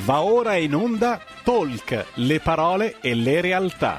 Va ora in onda Talk, le parole e le realtà.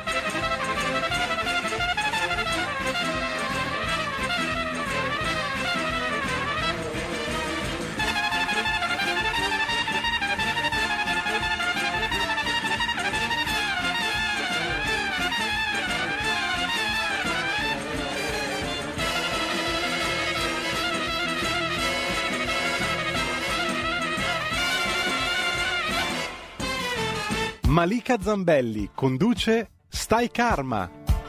Malika Zambelli conduce Stai Karma.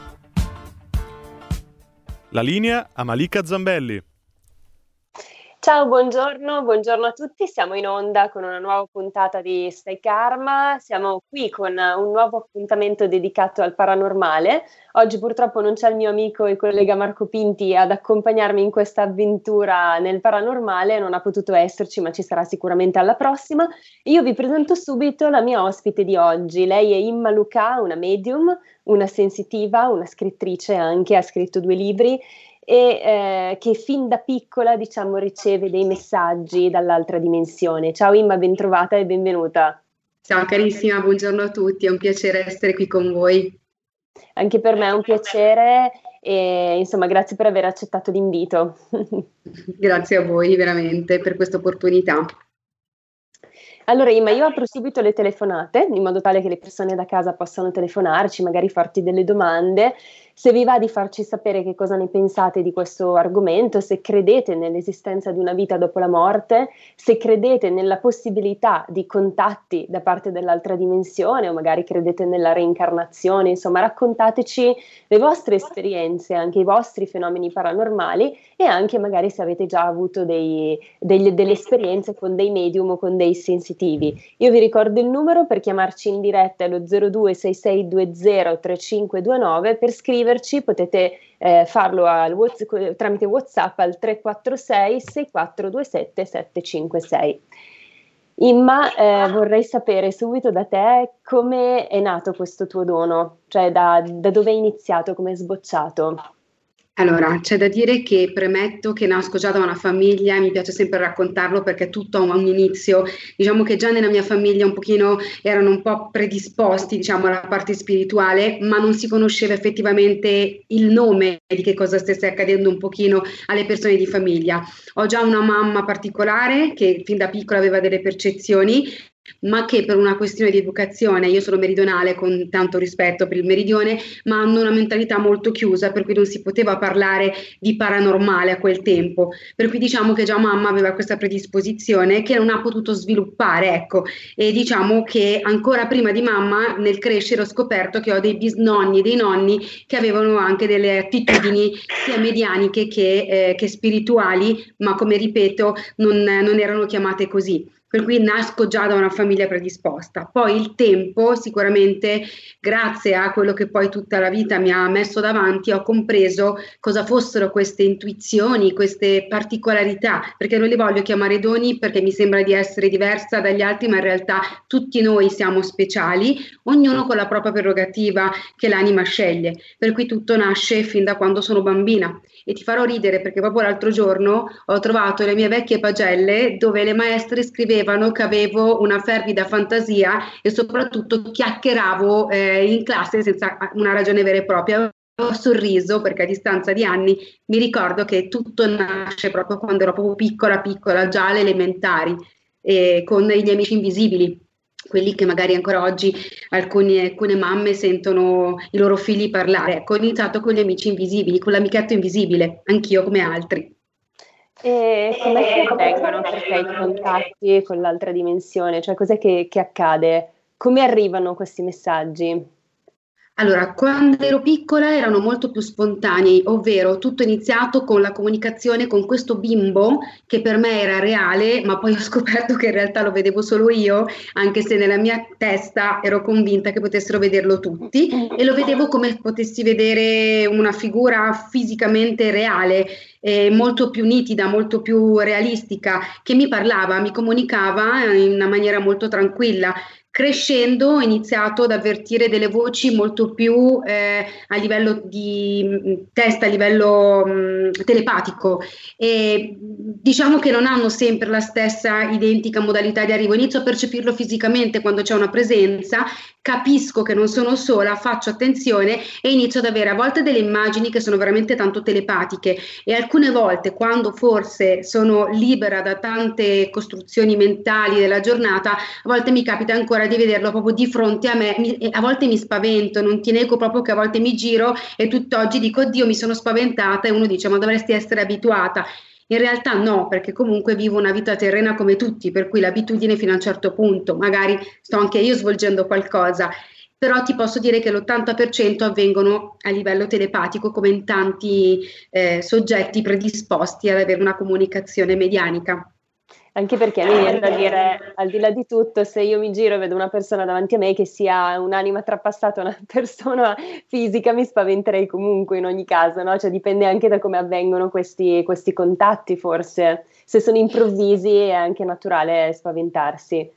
La linea a Malika Zambelli. Ciao, buongiorno a tutti, siamo in onda con una nuova puntata di Stai Karma, siamo qui con un nuovo appuntamento dedicato al paranormale. Oggi purtroppo non c'è il mio amico e collega Marco Pinti ad accompagnarmi in questa avventura nel paranormale, non ha potuto esserci ma ci sarà sicuramente alla prossima. Io vi presento subito la mia ospite di oggi, lei è Imma Lucà, una medium, una sensitiva, una scrittrice anche, ha scritto 2 libri e che fin da piccola, diciamo, riceve dei messaggi dall'altra dimensione. Ciao Imma, bentrovata e benvenuta. Ciao carissima, buongiorno a tutti, è un piacere essere qui con voi. Anche per me è un piacere e insomma grazie per aver accettato l'invito. Grazie a voi veramente per questa opportunità. Allora Imma, io apro subito le telefonate in modo tale che le persone da casa possano telefonarci, magari farti delle domande. Se vi va di farci sapere che cosa ne pensate di questo argomento, se credete nell'esistenza di una vita dopo la morte, se credete nella possibilità di contatti da parte dell'altra dimensione o magari credete nella reincarnazione, insomma raccontateci le vostre esperienze, anche i vostri fenomeni paranormali e anche magari se avete già avuto delle esperienze con dei medium o con dei sensitivi. Io vi ricordo il numero per chiamarci in diretta, è lo 0266203529, per scriverci potete farlo tramite WhatsApp al 346 6427 756. Imma, vorrei sapere subito da te come è nato questo tuo dono, cioè da dove è iniziato, come è sbocciato? Allora, c'è da dire che premetto che nasco già da una famiglia, mi piace sempre raccontarlo perché tutto ha un inizio, diciamo che già nella mia famiglia un pochino erano un po' predisposti, diciamo, alla parte spirituale, ma non si conosceva effettivamente il nome di che cosa stesse accadendo un pochino alle persone di famiglia. Ho già una mamma particolare che fin da piccola aveva delle percezioni, ma che per una questione di educazione, io sono meridionale con tanto rispetto per il meridione, ma hanno una mentalità molto chiusa, per cui non si poteva parlare di paranormale a quel tempo, per cui diciamo che già mamma aveva questa predisposizione che non ha potuto sviluppare, ecco, e diciamo che ancora prima di mamma nel crescere ho scoperto che ho dei bisnonni e dei nonni che avevano anche delle attitudini sia medianiche che spirituali, ma come ripeto non erano chiamate così. Per cui nasco già da una famiglia predisposta. Poi il tempo, sicuramente, grazie a quello che poi tutta la vita mi ha messo davanti, ho compreso cosa fossero queste intuizioni, queste particolarità, perché non le voglio chiamare doni perché mi sembra di essere diversa dagli altri, ma in realtà tutti noi siamo speciali, ognuno con la propria prerogativa che l'anima sceglie. Per cui tutto nasce fin da quando sono bambina. E ti farò ridere perché proprio l'altro giorno ho trovato le mie vecchie pagelle dove le maestre scrivevano che avevo una fervida fantasia e soprattutto chiacchieravo in classe senza una ragione vera e propria. Ho sorriso perché a distanza di anni mi ricordo che tutto nasce proprio quando ero proprio piccola, già alle elementari, con gli amici invisibili. Quelli che magari ancora oggi alcune mamme sentono i loro figli parlare. Ecco, ho iniziato con gli amici invisibili, con l'amichetto invisibile, anch'io come altri. E come si avvengono per te i contatti con l'altra dimensione? Cioè cos'è che accade? Come arrivano questi messaggi? Allora, quando ero piccola erano molto più spontanei, ovvero tutto è iniziato con la comunicazione con questo bimbo che per me era reale, ma poi ho scoperto che in realtà lo vedevo solo io, anche se nella mia testa ero convinta che potessero vederlo tutti e lo vedevo come potessi vedere una figura fisicamente reale, molto più nitida, molto più realistica, che mi parlava, mi comunicava in una maniera molto tranquilla. crescendo ho iniziato ad avvertire delle voci molto più a livello di testa, a livello telepatico, e diciamo che non hanno sempre la stessa identica modalità di arrivo. Inizio a percepirlo fisicamente quando c'è una presenza, capisco che non sono sola, faccio attenzione e inizio ad avere a volte delle immagini che sono veramente tanto telepatiche, e alcune volte, quando forse sono libera da tante costruzioni mentali della giornata, a volte mi capita ancora di vederlo proprio di fronte a me, e a volte mi spavento, non ti nego proprio che a volte mi giro e tutt'oggi dico oddio mi sono spaventata, e uno dice ma dovresti essere abituata. In realtà no, perché comunque vivo una vita terrena come tutti, per cui l'abitudine fino a un certo punto, magari sto anche io svolgendo qualcosa, però ti posso dire che l'80% avvengono a livello telepatico, come in tanti soggetti predisposti ad avere una comunicazione medianica. Anche perché mi viene da dire, al di là di tutto, se io mi giro e vedo una persona davanti a me, che sia un'anima trapassata o una persona fisica, mi spaventerei comunque in ogni caso, no? Cioè dipende anche da come avvengono questi contatti, forse. Se sono improvvisi è anche naturale spaventarsi.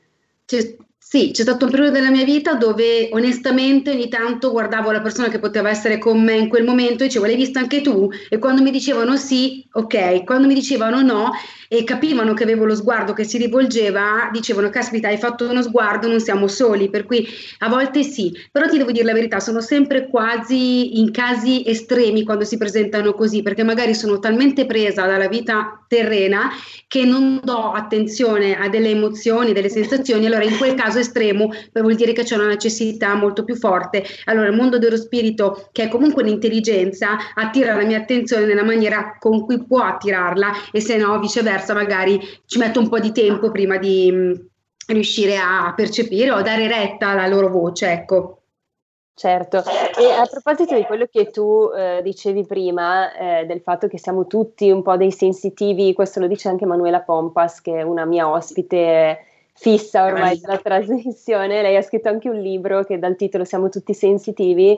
Sì, c'è stato un periodo della mia vita dove onestamente ogni tanto guardavo la persona che poteva essere con me in quel momento e dicevo l'hai vista anche tu? E quando mi dicevano sì, ok, quando mi dicevano no e capivano che avevo lo sguardo che si rivolgeva, dicevano caspita hai fatto uno sguardo, non siamo soli, per cui a volte sì, però ti devo dire la verità, sono sempre quasi in casi estremi quando si presentano così, perché magari sono talmente presa dalla vita terrena che non do attenzione a delle emozioni, delle sensazioni, allora in quel caso estremo vuol dire che c'è una necessità molto più forte. Allora il mondo dello spirito, che è comunque un'intelligenza, attira la mia attenzione nella maniera con cui può attirarla, e se no viceversa magari ci metto un po' di tempo prima di riuscire a percepire o a dare retta alla loro voce, ecco. Certo, e a proposito di quello che tu dicevi prima, del fatto che siamo tutti un po' dei sensitivi, questo lo dice anche Manuela Pompas, che è una mia ospite fissa ormai della trasmissione. Lei ha scritto anche un libro che dal titolo Siamo tutti sensitivi.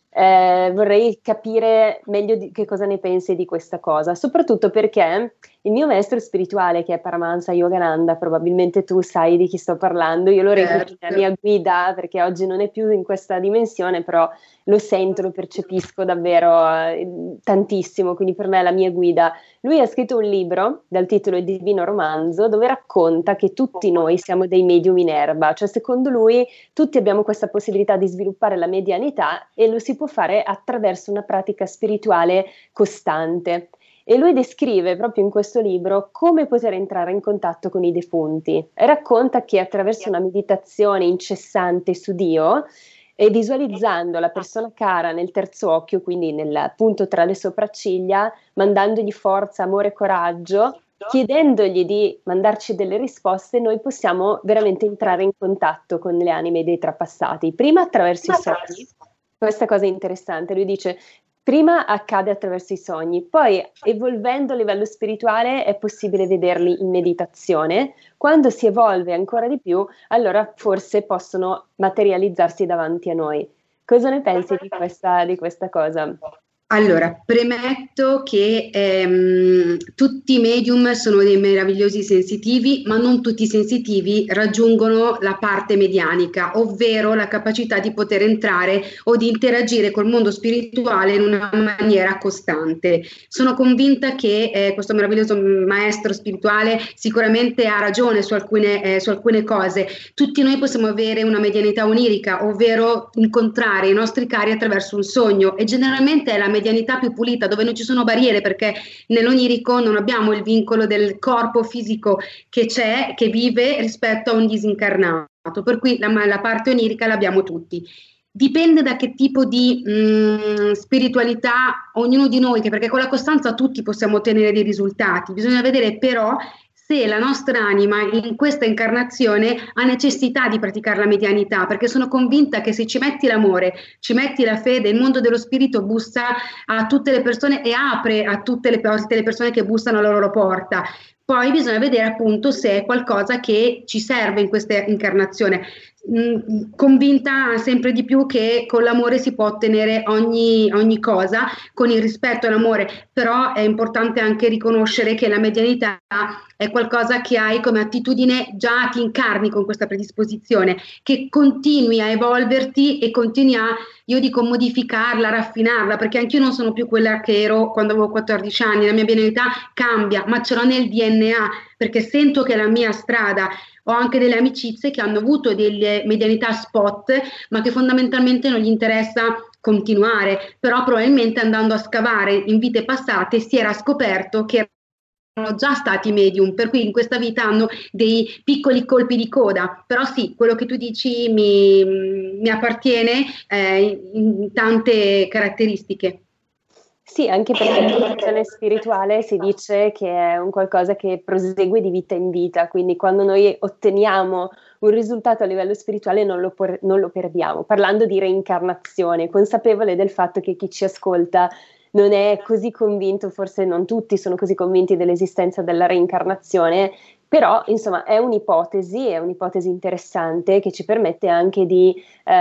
Vorrei capire meglio che cosa ne pensi di questa cosa, soprattutto perché il mio maestro spirituale, che è Paramahansa Yogananda, probabilmente tu sai di chi sto parlando, io lo reputo la mia guida, perché oggi non è più in questa dimensione, però lo sento, lo percepisco davvero tantissimo, quindi per me è la mia guida. Lui ha scritto un libro dal titolo Il Divino Romanzo, dove racconta che tutti noi siamo dei medium in erba, cioè secondo lui tutti abbiamo questa possibilità di sviluppare la medianità e lo si può fare attraverso una pratica spirituale costante. E lui descrive proprio in questo libro come poter entrare in contatto con i defunti, e racconta che attraverso una meditazione incessante su Dio e visualizzando la persona cara nel terzo occhio, quindi nel punto tra le sopracciglia, mandandogli forza, amore e coraggio, chiedendogli di mandarci delle risposte, noi possiamo veramente entrare in contatto con le anime dei trapassati, prima attraverso i sogni. Questa cosa è interessante, lui dice prima accade attraverso i sogni, poi evolvendo a livello spirituale è possibile vederli in meditazione, quando si evolve ancora di più allora forse possono materializzarsi davanti a noi. Cosa ne pensi di questa cosa? Allora, premetto che tutti i medium sono dei meravigliosi sensitivi, ma non tutti i sensitivi raggiungono la parte medianica, ovvero la capacità di poter entrare o di interagire col mondo spirituale in una maniera costante. Sono convinta che questo meraviglioso maestro spirituale sicuramente ha ragione su alcune cose. Tutti noi possiamo avere una medianità onirica, ovvero incontrare i nostri cari attraverso un sogno, e generalmente è la medianità più pulita, dove non ci sono barriere, perché nell'onirico non abbiamo il vincolo del corpo fisico che c'è, che vive rispetto a un disincarnato, per cui la parte onirica l'abbiamo tutti. Dipende da che tipo di spiritualità ognuno di noi, perché con la costanza tutti possiamo ottenere dei risultati, bisogna vedere però se la nostra anima in questa incarnazione ha necessità di praticare la medianità, perché sono convinta che se ci metti l'amore, ci metti la fede, il mondo dello spirito bussa a tutte le persone e apre a tutte le persone che bussano alla loro porta. poi bisogna vedere appunto se è qualcosa che ci serve in questa incarnazione. Convinta sempre di più che con l'amore si può ottenere ogni cosa, con il rispetto e l'amore, però è importante anche riconoscere che la medianità è qualcosa che hai come attitudine, già ti incarni con questa predisposizione, che continui a evolverti e continui a, io dico, modificarla, raffinarla, perché anch'io non sono più quella che ero quando avevo 14 anni, la mia medianità cambia, ma ce l'ho nel DNA, perché sento che è la mia strada. Ho anche delle amicizie che hanno avuto delle medianità spot, ma che fondamentalmente non gli interessa continuare, però probabilmente andando a scavare in vite passate si era scoperto che erano già stati medium, per cui in questa vita hanno dei piccoli colpi di coda, però sì, quello che tu dici mi appartiene in tante caratteristiche. Sì, anche perché l'evoluzione spirituale si dice che è un qualcosa che prosegue di vita in vita, quindi quando noi otteniamo un risultato a livello spirituale non lo perdiamo. Parlando di reincarnazione, consapevole del fatto che chi ci ascolta non è così convinto, forse non tutti sono così convinti dell'esistenza della reincarnazione, però insomma è un'ipotesi interessante che ci permette anche di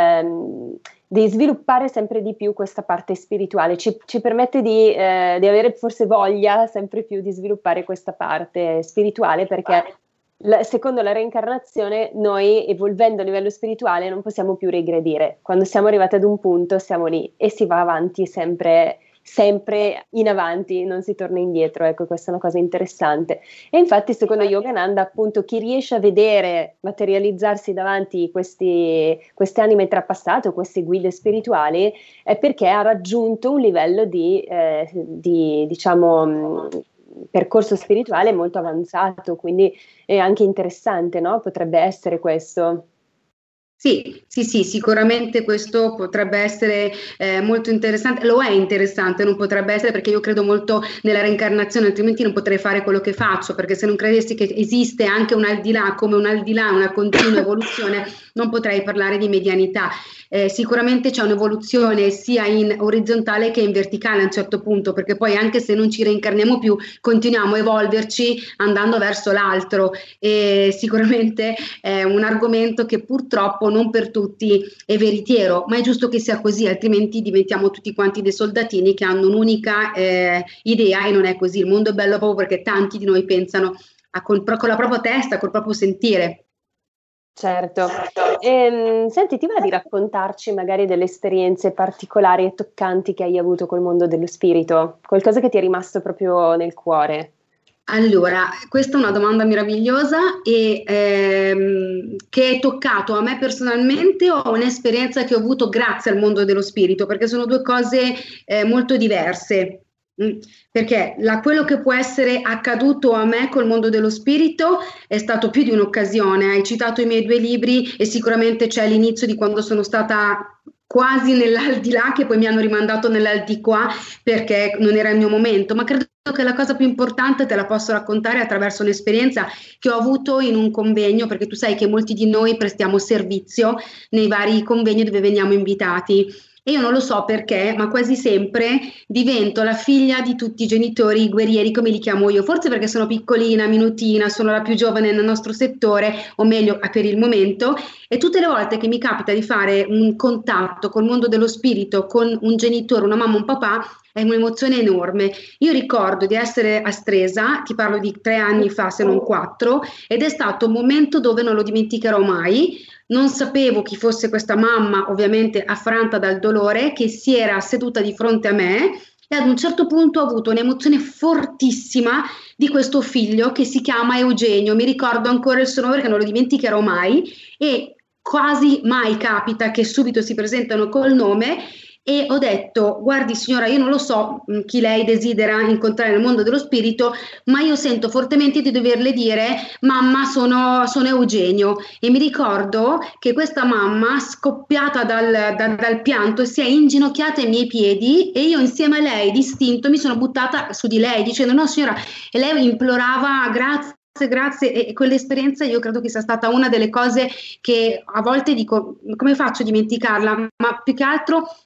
sviluppare sempre di più questa parte spirituale, ci permette di avere forse voglia sempre più di sviluppare questa parte spirituale, perché secondo la reincarnazione noi, evolvendo a livello spirituale, non possiamo più regredire. Quando siamo arrivati ad un punto siamo lì e si va avanti sempre in avanti, non si torna indietro. Ecco, questa è una cosa interessante. E infatti secondo Yogananda, appunto, chi riesce a vedere materializzarsi davanti queste anime trapassate o queste guide spirituali è perché ha raggiunto un livello di diciamo percorso spirituale molto avanzato, quindi è anche interessante, no? Potrebbe essere questo. Sì, sicuramente questo potrebbe essere molto interessante, lo è interessante, non potrebbe essere, perché io credo molto nella reincarnazione, altrimenti non potrei fare quello che faccio, perché se non credessi che esiste anche un al di là, come un al di là, una continua evoluzione, non potrei parlare di medianità. Sicuramente c'è un'evoluzione sia in orizzontale che in verticale a un certo punto, perché poi anche se non ci reincarniamo più, continuiamo a evolverci andando verso l'altro, e sicuramente è un argomento che purtroppo non per tutti è veritiero, ma è giusto che sia così, altrimenti diventiamo tutti quanti dei soldatini che hanno un'unica idea, e non è così. Il mondo è bello proprio perché tanti di noi pensano con la propria testa, col proprio sentire. Certo. Senti, ti va di raccontarci magari delle esperienze particolari e toccanti che hai avuto col mondo dello spirito? Qualcosa che ti è rimasto proprio nel cuore? Allora, questa è una domanda meravigliosa e che è toccato a me personalmente o un'esperienza che ho avuto grazie al mondo dello spirito, perché sono due cose molto diverse. Perché quello che può essere accaduto a me col mondo dello spirito è stato più di un'occasione. Hai citato i miei due libri e sicuramente c'è l'inizio di quando sono stata quasi nell'aldilà, che poi mi hanno rimandato nell'aldiquà perché non era il mio momento, ma credo che la cosa più importante te la posso raccontare attraverso un'esperienza che ho avuto in un convegno, perché tu sai che molti di noi prestiamo servizio nei vari convegni dove veniamo invitati. E io non lo so perché, ma quasi sempre divento la figlia di tutti i genitori guerrieri, come li chiamo io, forse perché sono piccolina, minutina, sono la più giovane nel nostro settore, o meglio per il momento, e tutte le volte che mi capita di fare un contatto col mondo dello spirito, con un genitore, una mamma, un papà, è un'emozione enorme. Io ricordo di essere a Stresa, ti parlo di 3 anni fa, se non 4, ed è stato un momento dove non lo dimenticherò mai. Non sapevo chi fosse questa mamma, ovviamente affranta dal dolore, che si era seduta di fronte a me, e ad un certo punto ho avuto un'emozione fortissima di questo figlio che si chiama Eugenio. Mi ricordo ancora il suo nome perché non lo dimenticherò mai, e quasi mai capita che subito si presentano col nome. E ho detto: guardi signora, io non lo so chi lei desidera incontrare nel mondo dello spirito, ma io sento fortemente di doverle dire: mamma, sono Eugenio. E mi ricordo che questa mamma, scoppiata dal pianto, si è inginocchiata ai miei piedi, e io insieme a lei, d'istinto, mi sono buttata su di lei dicendo: no signora, e lei implorava grazie, e quell'esperienza io credo che sia stata una delle cose che a volte dico: come faccio a dimenticarla? Ma più che altro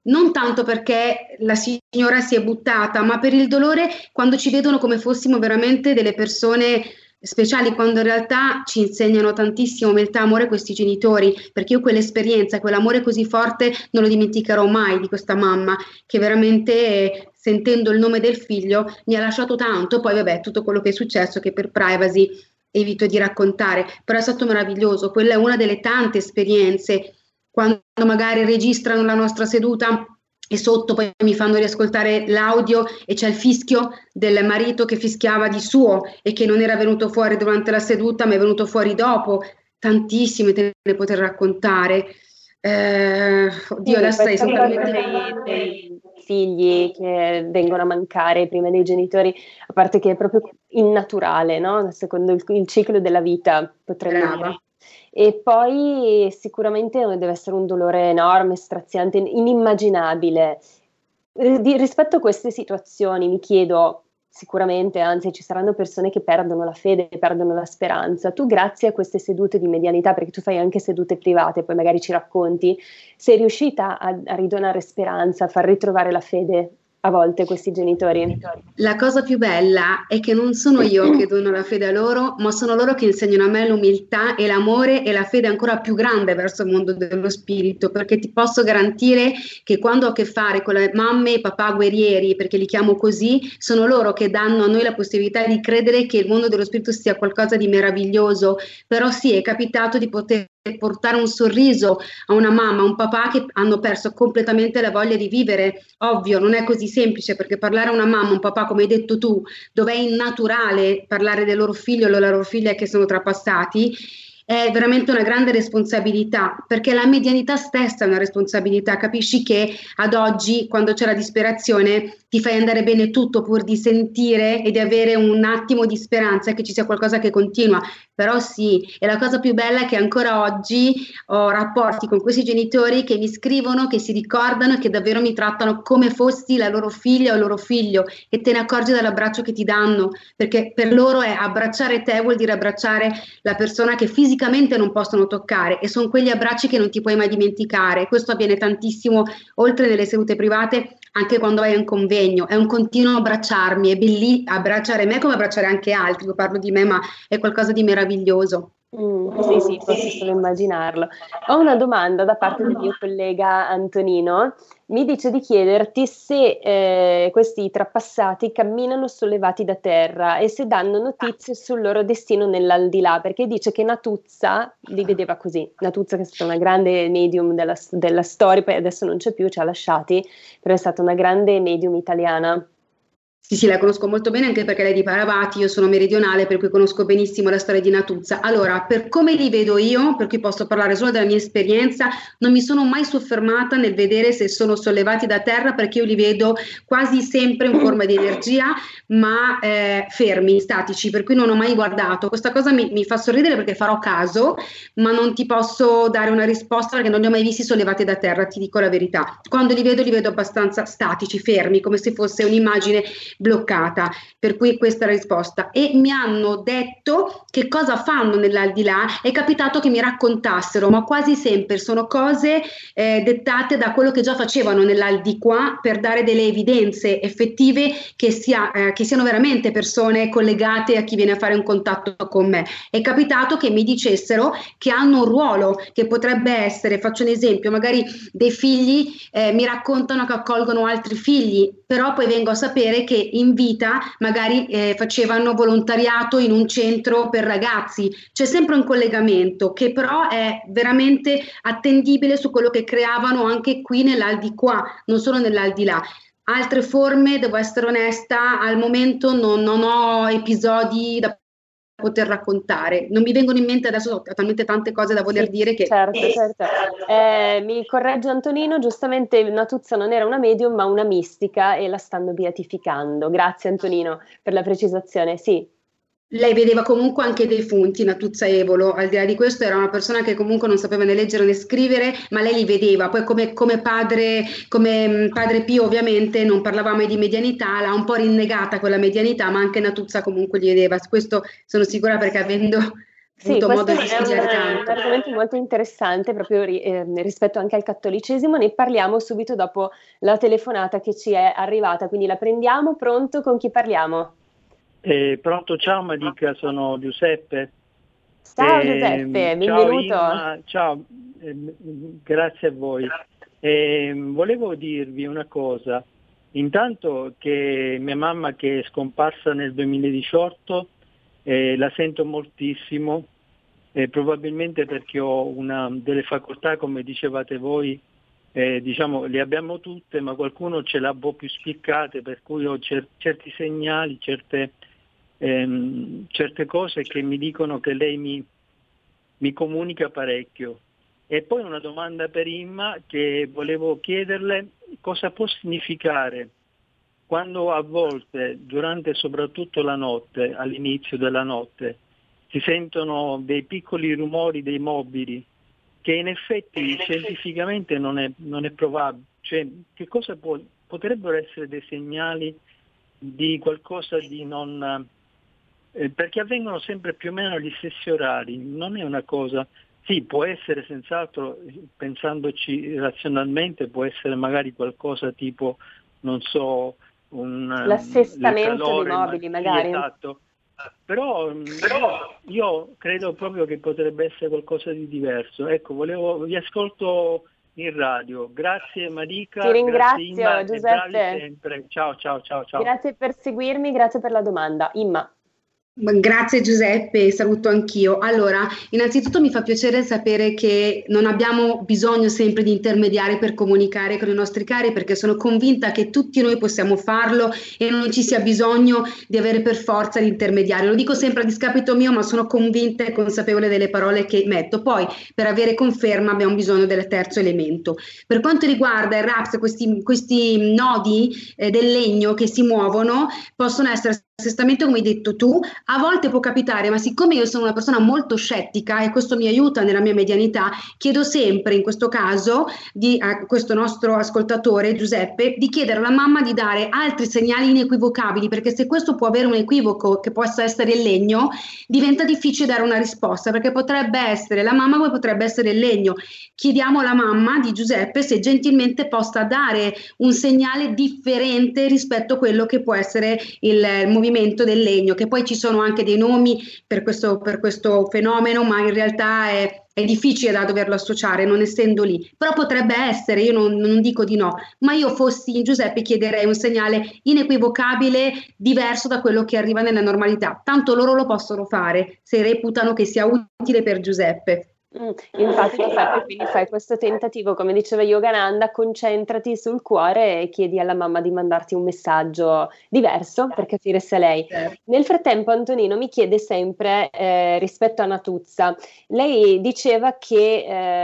non tanto perché la signora si è buttata, ma per il dolore quando ci vedono come fossimo veramente delle persone speciali, quando in realtà ci insegnano tantissimo umiltà e amore questi genitori, perché io quell'esperienza, quell'amore così forte non lo dimenticherò mai di questa mamma, che veramente sentendo il nome del figlio mi ha lasciato tanto. Poi vabbè, tutto quello che è successo che per privacy evito di raccontare, però è stato meraviglioso. Quella è una delle tante esperienze, quando magari registrano la nostra seduta e sotto poi mi fanno riascoltare l'audio e c'è il fischio del marito che fischiava di suo e che non era venuto fuori durante la seduta ma è venuto fuori dopo. Tantissime te ne poter raccontare. Oddio, adesso sei esattamente dei figli che vengono a mancare prima dei genitori, a parte che è proprio innaturale, no? Secondo il ciclo della vita, potremmo dire. E poi sicuramente deve essere un dolore enorme, straziante, inimmaginabile. Rispetto a queste situazioni mi chiedo, sicuramente, anzi ci saranno persone che perdono la fede, perdono la speranza. Tu grazie a queste sedute di medianità, perché tu fai anche sedute private, poi magari ci racconti, sei riuscita a ridonare speranza, a far ritrovare la fede a volte questi genitori? La cosa più bella è che non sono io che dono la fede a loro, ma sono loro che insegnano a me l'umiltà e l'amore e la fede ancora più grande verso il mondo dello spirito, perché ti posso garantire che quando ho a che fare con le mamme e papà guerrieri, perché li chiamo così, sono loro che danno a noi la possibilità di credere che il mondo dello spirito sia qualcosa di meraviglioso. Però sì, è capitato di poter portare un sorriso a una mamma, a un papà che hanno perso completamente la voglia di vivere. Ovvio, non è così semplice, perché parlare a una mamma, un papà, come hai detto tu, dove è innaturale parlare del loro figlio o della loro figlia che sono trapassati, è veramente una grande responsabilità, perché la medianità stessa è una responsabilità. Capisci che ad oggi, quando c'è la disperazione, ti fai andare bene tutto pur di sentire e di avere un attimo di speranza che ci sia qualcosa che continua. Però sì, e la cosa più bella è che ancora oggi ho rapporti con questi genitori che mi scrivono, che si ricordano e che davvero mi trattano come fossi la loro figlia o il loro figlio, e te ne accorgi dall'abbraccio che ti danno, perché per loro è abbracciare te vuol dire abbracciare la persona che fisicamente non possono toccare, e sono quegli abbracci che non ti puoi mai dimenticare. Questo avviene tantissimo, oltre nelle sedute private, anche quando vai a un convegno. È un continuo abbracciarmi, è bellissimo abbracciare me come abbracciare anche altri. Io parlo di me, ma è qualcosa di meraviglioso. Sì, posso solo immaginarlo. Ho una domanda da parte del mio collega Antonino. Mi dice di chiederti se questi trapassati camminano sollevati da terra e se danno notizie sul loro destino nell'aldilà, perché dice che Natuzza li vedeva così. Natuzza, che è stata una grande medium della storia, poi adesso non c'è più, ci ha lasciati, però è stata una grande medium italiana. Sì, la conosco molto bene, anche perché lei è di Paravati, io sono meridionale, per cui conosco benissimo la storia di Natuzza. Allora, per come li vedo io, per cui posso parlare solo della mia esperienza, non mi sono mai soffermata nel vedere se sono sollevati da terra, perché io li vedo quasi sempre in forma di energia, ma fermi, statici, per cui non ho mai guardato. Questa cosa mi fa sorridere, perché farò caso, ma non ti posso dare una risposta perché non li ho mai visti sollevati da terra, ti dico la verità. Quando li vedo abbastanza statici, fermi, come se fosse un'immagine bloccata, per cui questa è la risposta. E mi hanno detto che cosa fanno nell'aldilà. È capitato che mi raccontassero, ma quasi sempre sono cose dettate da quello che già facevano nell'aldiquà, per dare delle evidenze effettive che siano veramente persone collegate a chi viene a fare un contatto con me. È capitato che mi dicessero che hanno un ruolo che potrebbe essere, faccio un esempio, magari dei figli mi raccontano che accolgono altri figli, però poi vengo a sapere che in vita magari facevano volontariato in un centro per ragazzi. C'è sempre un collegamento che però è veramente attendibile su quello che creavano anche qui nell'aldilà, non solo nell'aldilà. Altre forme, devo essere onesta, al momento non ho episodi da poter raccontare. Non mi vengono in mente adesso, ho talmente tante cose da voler dire che... Certo. Mi corregge Antonino, giustamente Natuzza non era una medium ma una mistica e la stanno beatificando. Grazie Antonino per la precisazione, sì. Lei vedeva comunque anche dei defunti, Natuzza Evolo. Al di là di questo era una persona che comunque non sapeva né leggere né scrivere, ma lei li vedeva. Poi come padre Pio ovviamente non parlava mai di medianità, l'ha un po' rinnegata quella medianità, ma anche Natuzza comunque li vedeva. Su questo sono sicura, perché avendo Sì, avuto modo questo di è studiare un tanto. argomento molto interessante proprio rispetto anche al cattolicesimo. Ne parliamo subito dopo la telefonata che ci è arrivata, quindi la prendiamo. Pronto? Con chi parliamo? Pronto, ciao Malika, sono Giuseppe. Ciao Giuseppe, Ciao benvenuto. Imma, ciao, grazie a voi. Volevo dirvi una cosa, intanto che mia mamma che è scomparsa nel 2018, la sento moltissimo, probabilmente perché ho delle facoltà, come dicevate voi, diciamo le abbiamo tutte, ma qualcuno ce l'ha un po' più spiccate, per cui ho certi segnali, certe cose che mi dicono che lei mi comunica parecchio. E poi una domanda per Imma che volevo chiederle: cosa può significare quando a volte, durante soprattutto la notte, all'inizio della notte, si sentono dei piccoli rumori dei mobili, che in effetti scientificamente non è probabile, cioè che cosa potrebbero essere dei segnali di qualcosa di non... perché avvengono sempre più o meno agli stessi orari, non è una cosa... Sì, può essere senz'altro, pensandoci razionalmente, può essere magari qualcosa tipo, non so, il L'assestamento dei calore, mobili, sì, magari. esatto. Però io credo proprio che potrebbe essere qualcosa di diverso. Ecco, vi ascolto in radio. Grazie Marika, Ti grazie ringrazio, Imma, e bravi Giuseppe. sempre. Ciao, ciao, ciao, ciao. Grazie per seguirmi, grazie per la domanda. Imma. Grazie Giuseppe, saluto anch'io. Allora, innanzitutto mi fa piacere sapere che non abbiamo bisogno sempre di intermediari per comunicare con i nostri cari, perché sono convinta che tutti noi possiamo farlo e non ci sia bisogno di avere per forza l'intermediario. Lo dico sempre a discapito mio, ma sono convinta e consapevole delle parole che metto. Poi, per avere conferma, abbiamo bisogno del terzo elemento. Per quanto riguarda il RAPS, questi nodi del legno che si muovono possono essere assestamento, come hai detto tu. A volte può capitare, ma siccome io sono una persona molto scettica e questo mi aiuta nella mia medianità, chiedo sempre in questo caso a questo nostro ascoltatore Giuseppe di chiedere alla mamma di dare altri segnali inequivocabili, perché se questo può avere un equivoco che possa essere il legno, diventa difficile dare una risposta, perché potrebbe essere la mamma come potrebbe essere il legno. Chiediamo alla mamma di Giuseppe se gentilmente possa dare un segnale differente rispetto a quello che può essere il movimento del legno, che poi ci sono anche dei nomi per questo fenomeno, ma in realtà è difficile da doverlo associare, non essendo lì. Però potrebbe essere, io non dico di no, ma io fossi Giuseppe chiederei un segnale inequivocabile, diverso da quello che arriva nella normalità. Tanto loro lo possono fare se reputano che sia utile per Giuseppe. Infatti Giuseppe, quindi fai questo tentativo, come diceva Yogananda, concentrati sul cuore e chiedi alla mamma di mandarti un messaggio diverso per capire se lei. Nel frattempo Antonino mi chiede sempre rispetto a Natuzza, lei diceva che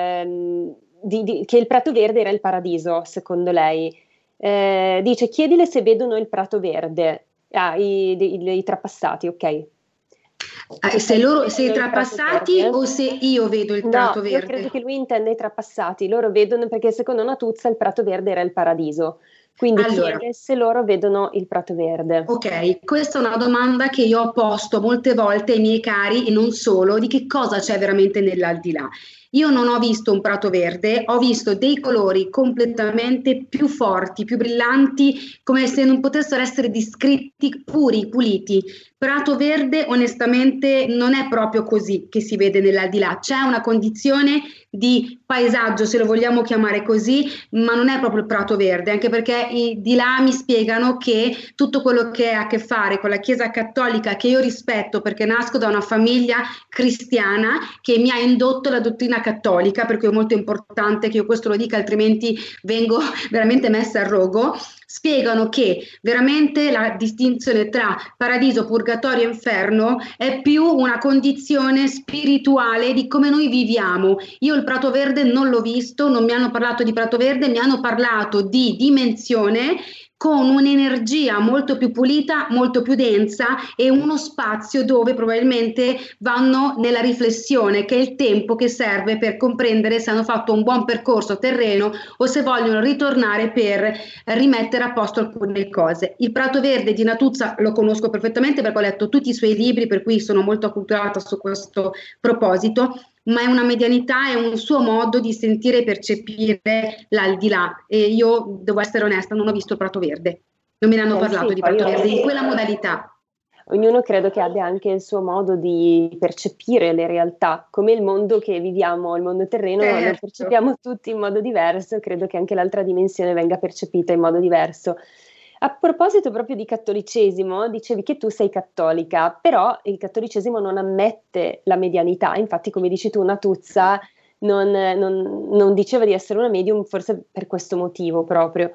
il Prato Verde era il paradiso, secondo lei. Dice chiedile se vedono il Prato Verde, i trapassati, ok. Se i trapassati o se io vedo il Prato Verde? No, io credo che lui intenda i trapassati, loro vedono, perché secondo Natuzza il Prato Verde era il paradiso, quindi chiede se loro vedono il Prato Verde. Ok, questa è una domanda che io ho posto molte volte ai miei cari e non solo, di che cosa c'è veramente nell'aldilà. Io non ho visto un prato verde, ho visto dei colori completamente più forti, più brillanti, come se non potessero essere descritti, puri, puliti. Prato verde onestamente non è proprio così che si vede nell'aldilà, c'è una condizione di paesaggio, se lo vogliamo chiamare così, ma non è proprio il prato verde, anche perché di là mi spiegano che tutto quello che ha a che fare con la Chiesa cattolica, che io rispetto perché nasco da una famiglia cristiana che mi ha indotto la dottrina cattolica, per cui è molto importante che io questo lo dica, altrimenti vengo veramente messa a rogo. Spiegano che veramente la distinzione tra paradiso, purgatorio e inferno è più una condizione spirituale di come noi viviamo. Io il Prato Verde non l'ho visto, non mi hanno parlato di Prato Verde, mi hanno parlato di dimensione con un'energia molto più pulita, molto più densa e uno spazio dove probabilmente vanno nella riflessione, che è il tempo che serve per comprendere se hanno fatto un buon percorso terreno o se vogliono ritornare per rimettere a posto alcune cose. Il Prato Verde di Natuzza lo conosco perfettamente perché ho letto tutti i suoi libri, per cui sono molto acculturata su questo proposito, ma è una medianità, è un suo modo di sentire e percepire l'aldilà, e io devo essere onesta, non ho visto Prato Verde, non me ne hanno parlato di Prato Verde in quella modalità. Ognuno credo che abbia anche il suo modo di percepire le realtà, come il mondo che viviamo, il mondo terreno, certo, lo percepiamo tutti in modo diverso, credo che anche l'altra dimensione venga percepita in modo diverso. A proposito proprio di cattolicesimo, dicevi che tu sei cattolica, però il cattolicesimo non ammette la medianità, infatti come dici tu Natuzza non diceva di essere una medium, forse per questo motivo proprio.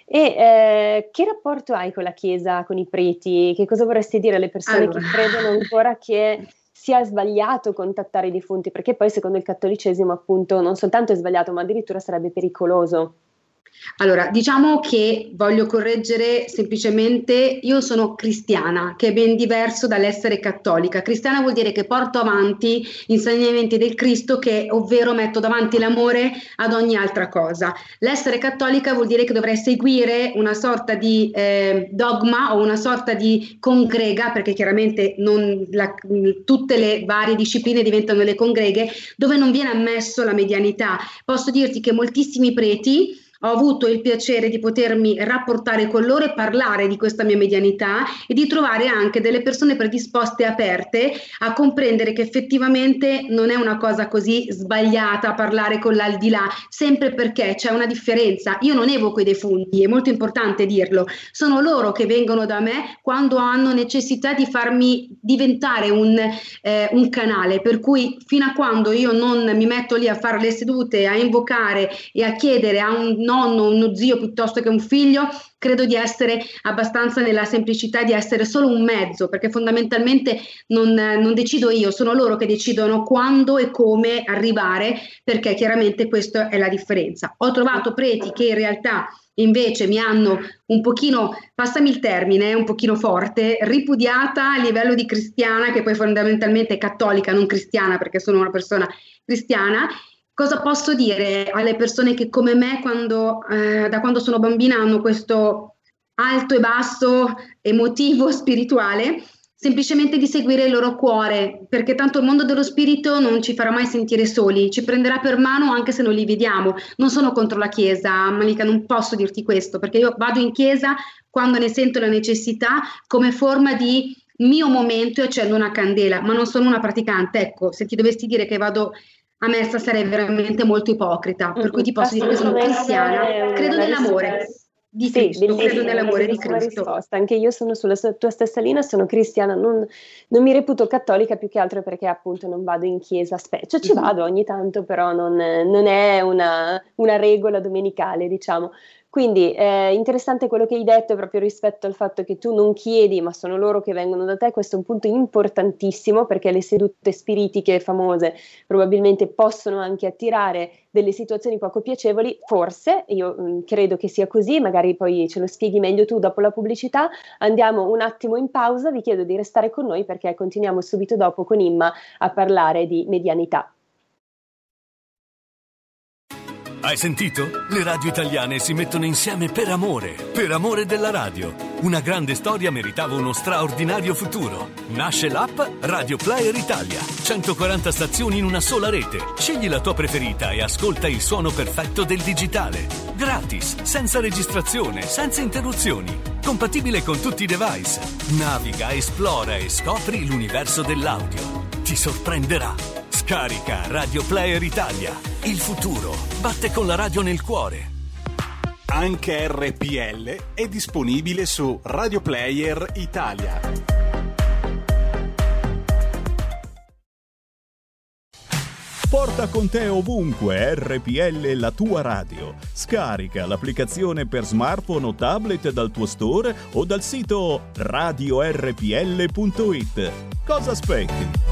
E che rapporto hai con la Chiesa, con i preti? Che cosa vorresti dire alle persone che credono ancora che sia sbagliato contattare i defunti? Perché poi secondo il cattolicesimo appunto non soltanto è sbagliato, ma addirittura sarebbe pericoloso. Allora, diciamo che voglio correggere semplicemente, io sono cristiana, che è ben diverso dall'essere cattolica. Cristiana vuol dire che porto avanti gli insegnamenti del Cristo, ovvero metto davanti l'amore ad ogni altra cosa. L'essere cattolica vuol dire che dovrei seguire una sorta di dogma o una sorta di congrega, perché chiaramente tutte le varie discipline diventano le congreghe, dove non viene ammesso la medianità. Posso dirti che moltissimi preti ho avuto il piacere di potermi rapportare con loro e parlare di questa mia medianità e di trovare anche delle persone predisposte e aperte a comprendere che effettivamente non è una cosa così sbagliata parlare con l'aldilà, sempre perché c'è una differenza. Io non evoco i defunti, è molto importante dirlo, sono loro che vengono da me quando hanno necessità di farmi diventare un canale, per cui fino a quando io non mi metto lì a fare le sedute, a invocare e a chiedere a un nonno, uno zio piuttosto che un figlio, credo di essere abbastanza nella semplicità di essere solo un mezzo, perché fondamentalmente non decido io, sono loro che decidono quando e come arrivare, perché chiaramente questa è la differenza. Ho trovato preti che in realtà invece mi hanno un pochino, passami il termine, un pochino forte, ripudiata a livello di cristiana, che poi fondamentalmente è cattolica, non cristiana, perché sono una persona cristiana. Cosa posso dire alle persone che come me da quando sono bambina hanno questo alto e basso emotivo, spirituale? Semplicemente di seguire il loro cuore, perché tanto il mondo dello spirito non ci farà mai sentire soli, ci prenderà per mano anche se non li vediamo. Non sono contro la Chiesa, Malika, non posso dirti questo, perché io vado in Chiesa quando ne sento la necessità come forma di mio momento e accendo una candela, ma non sono una praticante. Ecco, se ti dovessi dire che vado a messa sarei veramente molto ipocrita, per cui ti posso dire che sono cristiana, credo nell'amore di Cristo, credo nell'amore di Cristo. Risposta. Anche io sono sulla tua stessa linea, sono cristiana, non mi reputo cattolica più che altro perché appunto non vado in chiesa, cioè ci vado ogni tanto, però non è una regola domenicale, diciamo. Quindi interessante quello che hai detto proprio rispetto al fatto che tu non chiedi, ma sono loro che vengono da te. Questo è un punto importantissimo, perché le sedute spiritiche famose probabilmente possono anche attirare delle situazioni poco piacevoli, forse, io credo che sia così, magari poi ce lo spieghi meglio tu dopo la pubblicità. Andiamo un attimo in pausa, vi chiedo di restare con noi perché continuiamo subito dopo con Imma a parlare di medianità. Hai sentito? Le radio italiane si mettono insieme per amore della radio. Una grande storia meritava uno straordinario futuro. Nasce l'app Radio Player Italia. 140 stazioni in una sola rete. Scegli la tua preferita e ascolta il suono perfetto del digitale. Gratis, senza registrazione, senza interruzioni. Compatibile con tutti i device. Naviga, esplora e scopri l'universo dell'audio. Ti sorprenderà. Scarica Radio Player Italia. Il futuro batte con la radio nel cuore. Anche RPL è disponibile su Radio Player Italia. Porta con te ovunque RPL, la tua radio. Scarica l'applicazione per smartphone o tablet dal tuo store o dal sito radiorpl.it. Cosa aspetti?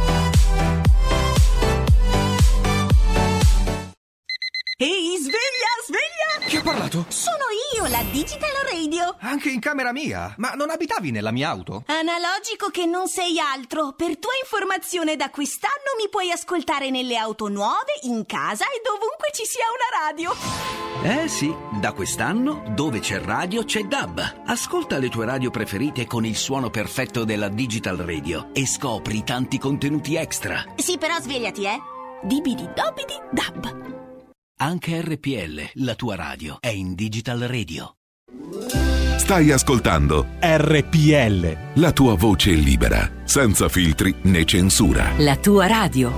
Ehi, sveglia! Chi ha parlato? Sono con la Digital Radio. Anche in camera mia? Ma non abitavi nella mia auto? Analogico che non sei altro. Per tua informazione, da quest'anno mi puoi ascoltare nelle auto nuove, in casa e dovunque ci sia una radio. Sì, da quest'anno dove c'è radio c'è DAB. Ascolta le tue radio preferite con il suono perfetto della Digital Radio e scopri tanti contenuti extra. Sì, però svegliati, Dibidi dobidi dab. Anche RPL, la tua radio, è in Digital Radio. Stai ascoltando RPL, la tua voce libera, senza filtri né censura. La tua radio.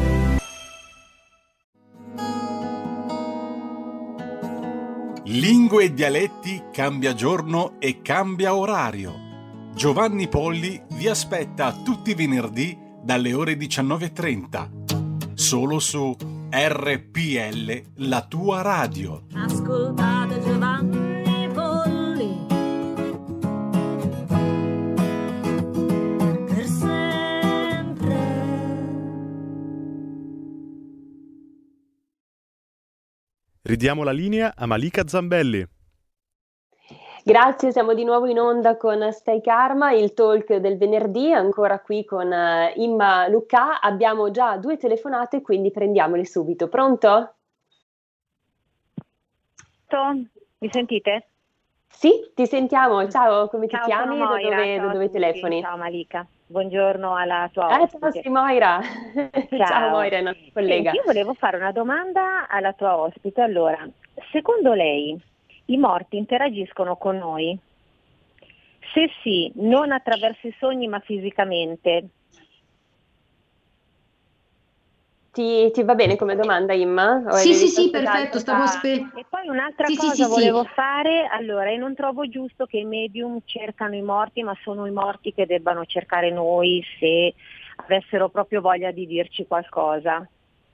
Lingue e dialetti cambia giorno e cambia orario. Giovanni Polli vi aspetta tutti i venerdì dalle ore 19:30. Solo su RPL, la tua radio. Ascoltate Giovanni Polli per sempre. Ridiamo la linea a Malika Zambelli. Grazie, siamo di nuovo in onda con Stai Karma, il talk del venerdì, ancora qui con Imma Lucca. Abbiamo già 2 telefonate, quindi prendiamole subito. Pronto? Mi sentite? Sì, ti sentiamo. Ciao, come ti chiami chiami? Da dove telefoni? Ciao Malika, buongiorno alla tua ospite. Ciao, sì, Moira. Ciao Moira, nostra collega. Io volevo fare una domanda alla tua ospite. Allora, secondo lei i morti interagiscono con noi? Se sì, non attraverso i sogni ma fisicamente. Ti va bene come domanda, Imma? Sì, perfetto. E poi un'altra cosa volevo fare. Allora, io non trovo giusto che i medium cercano i morti, ma sono i morti che debbano cercare noi se avessero proprio voglia di dirci qualcosa.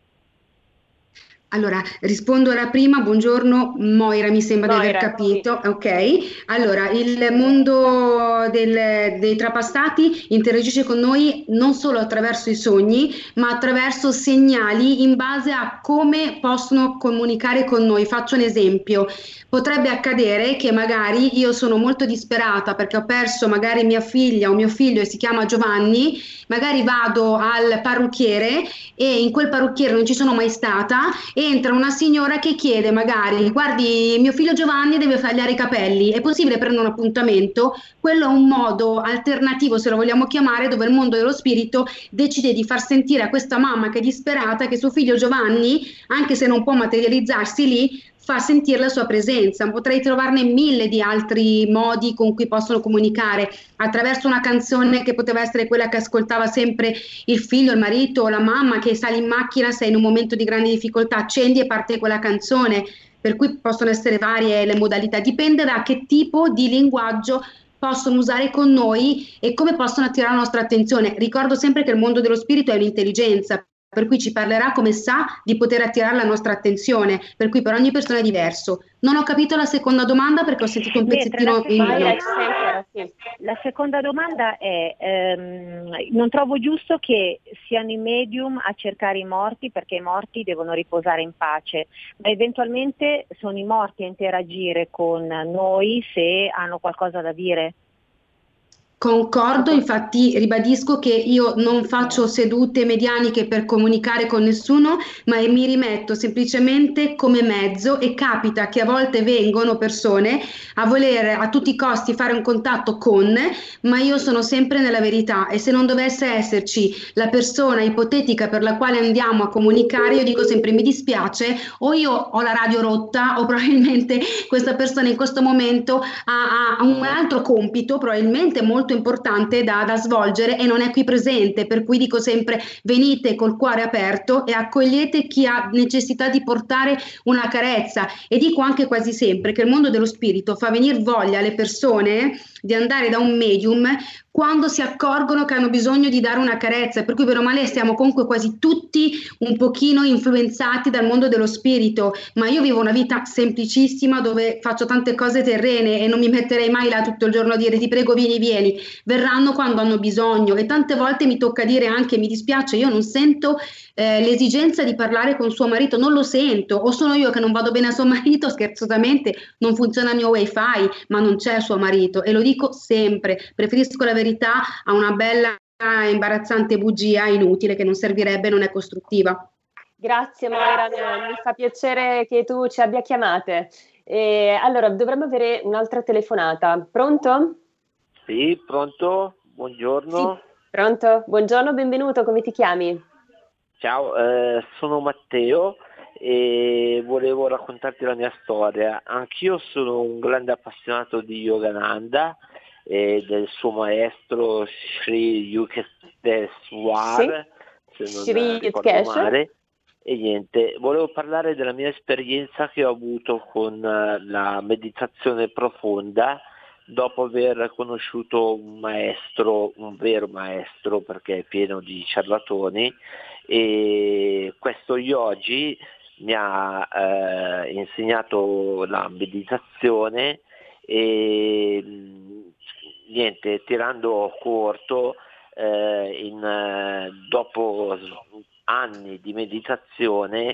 Allora, rispondo alla prima. Buongiorno Moira, mi sembra di aver capito. Sì. Ok, allora il mondo dei trapassati interagisce con noi non solo attraverso i sogni, ma attraverso segnali in base a come possono comunicare con noi. Faccio un esempio. Potrebbe accadere che magari io sono molto disperata perché ho perso magari mia figlia o mio figlio e si chiama Giovanni, magari vado al parrucchiere e in quel parrucchiere non ci sono mai stata, entra una signora che chiede magari: guardi, mio figlio Giovanni deve tagliare i capelli, è possibile prendere un appuntamento? Quello è un modo alternativo, se lo vogliamo chiamare, dove il mondo dello spirito decide di far sentire a questa mamma che è disperata che suo figlio Giovanni, anche se non può materializzarsi lì, fa sentire la sua presenza. Potrei trovarne 1000 di altri modi con cui possono comunicare, attraverso una canzone che poteva essere quella che ascoltava sempre il figlio, il marito o la mamma, che sali in macchina, sei in un momento di grande difficoltà, accendi e parte quella canzone, per cui possono essere varie le modalità, dipende da che tipo di linguaggio possono usare con noi e come possono attirare la nostra attenzione. Ricordo sempre che il mondo dello spirito è un'intelligenza, per cui ci parlerà come sa di poter attirare la nostra attenzione, per cui per ogni persona è diverso. Non ho capito la seconda domanda perché ho sentito un pezzettino in meno. La seconda domanda è, non trovo giusto che siano i medium a cercare i morti, perché i morti devono riposare in pace, ma eventualmente sono i morti a interagire con noi se hanno qualcosa da dire. Concordo, infatti ribadisco che io non faccio sedute medianiche per comunicare con nessuno, ma mi rimetto semplicemente come mezzo, e capita che a volte vengono persone a voler a tutti i costi fare un contatto con, ma io sono sempre nella verità, e se non dovesse esserci la persona ipotetica per la quale andiamo a comunicare, io dico sempre: mi dispiace, o io ho la radio rotta o probabilmente questa persona in questo momento ha un altro compito, probabilmente molto importante da svolgere, e non è qui presente, per cui dico sempre: venite col cuore aperto e accogliete chi ha necessità di portare una carezza. E dico anche quasi sempre che il mondo dello spirito fa venire voglia alle persone di andare da un medium quando si accorgono che hanno bisogno di dare una carezza, per cui bene o male siamo comunque quasi tutti un pochino influenzati dal mondo dello spirito, ma io vivo una vita semplicissima dove faccio tante cose terrene e non mi metterei mai là tutto il giorno a dire ti prego vieni, verranno quando hanno bisogno, e tante volte mi tocca dire anche mi dispiace, io non sento l'esigenza di parlare con suo marito, non lo sento, o sono io che non vado bene a suo marito, scherzosamente non funziona il mio wifi, ma non c'è suo marito, e lo dico sempre, preferisco la verità a una bella imbarazzante bugia inutile che non servirebbe, non è costruttiva. Grazie Moira, mi fa piacere che tu ci abbia chiamate. Allora, dovremmo avere un'altra telefonata. Pronto? Sì, pronto? Buongiorno. Sì, pronto? Buongiorno, benvenuto, come ti chiami? Ciao, sono Matteo e volevo raccontarti la mia storia. Anch'io sono un grande appassionato di Yogananda e del suo maestro Sri Yukteswar, se non ricordo male. E niente, volevo parlare della mia esperienza che ho avuto con la meditazione profonda dopo aver conosciuto un maestro, un vero maestro, perché è pieno di ciarlatani, e questo yogi mi ha insegnato la meditazione e niente, tirando corto, dopo anni di meditazione,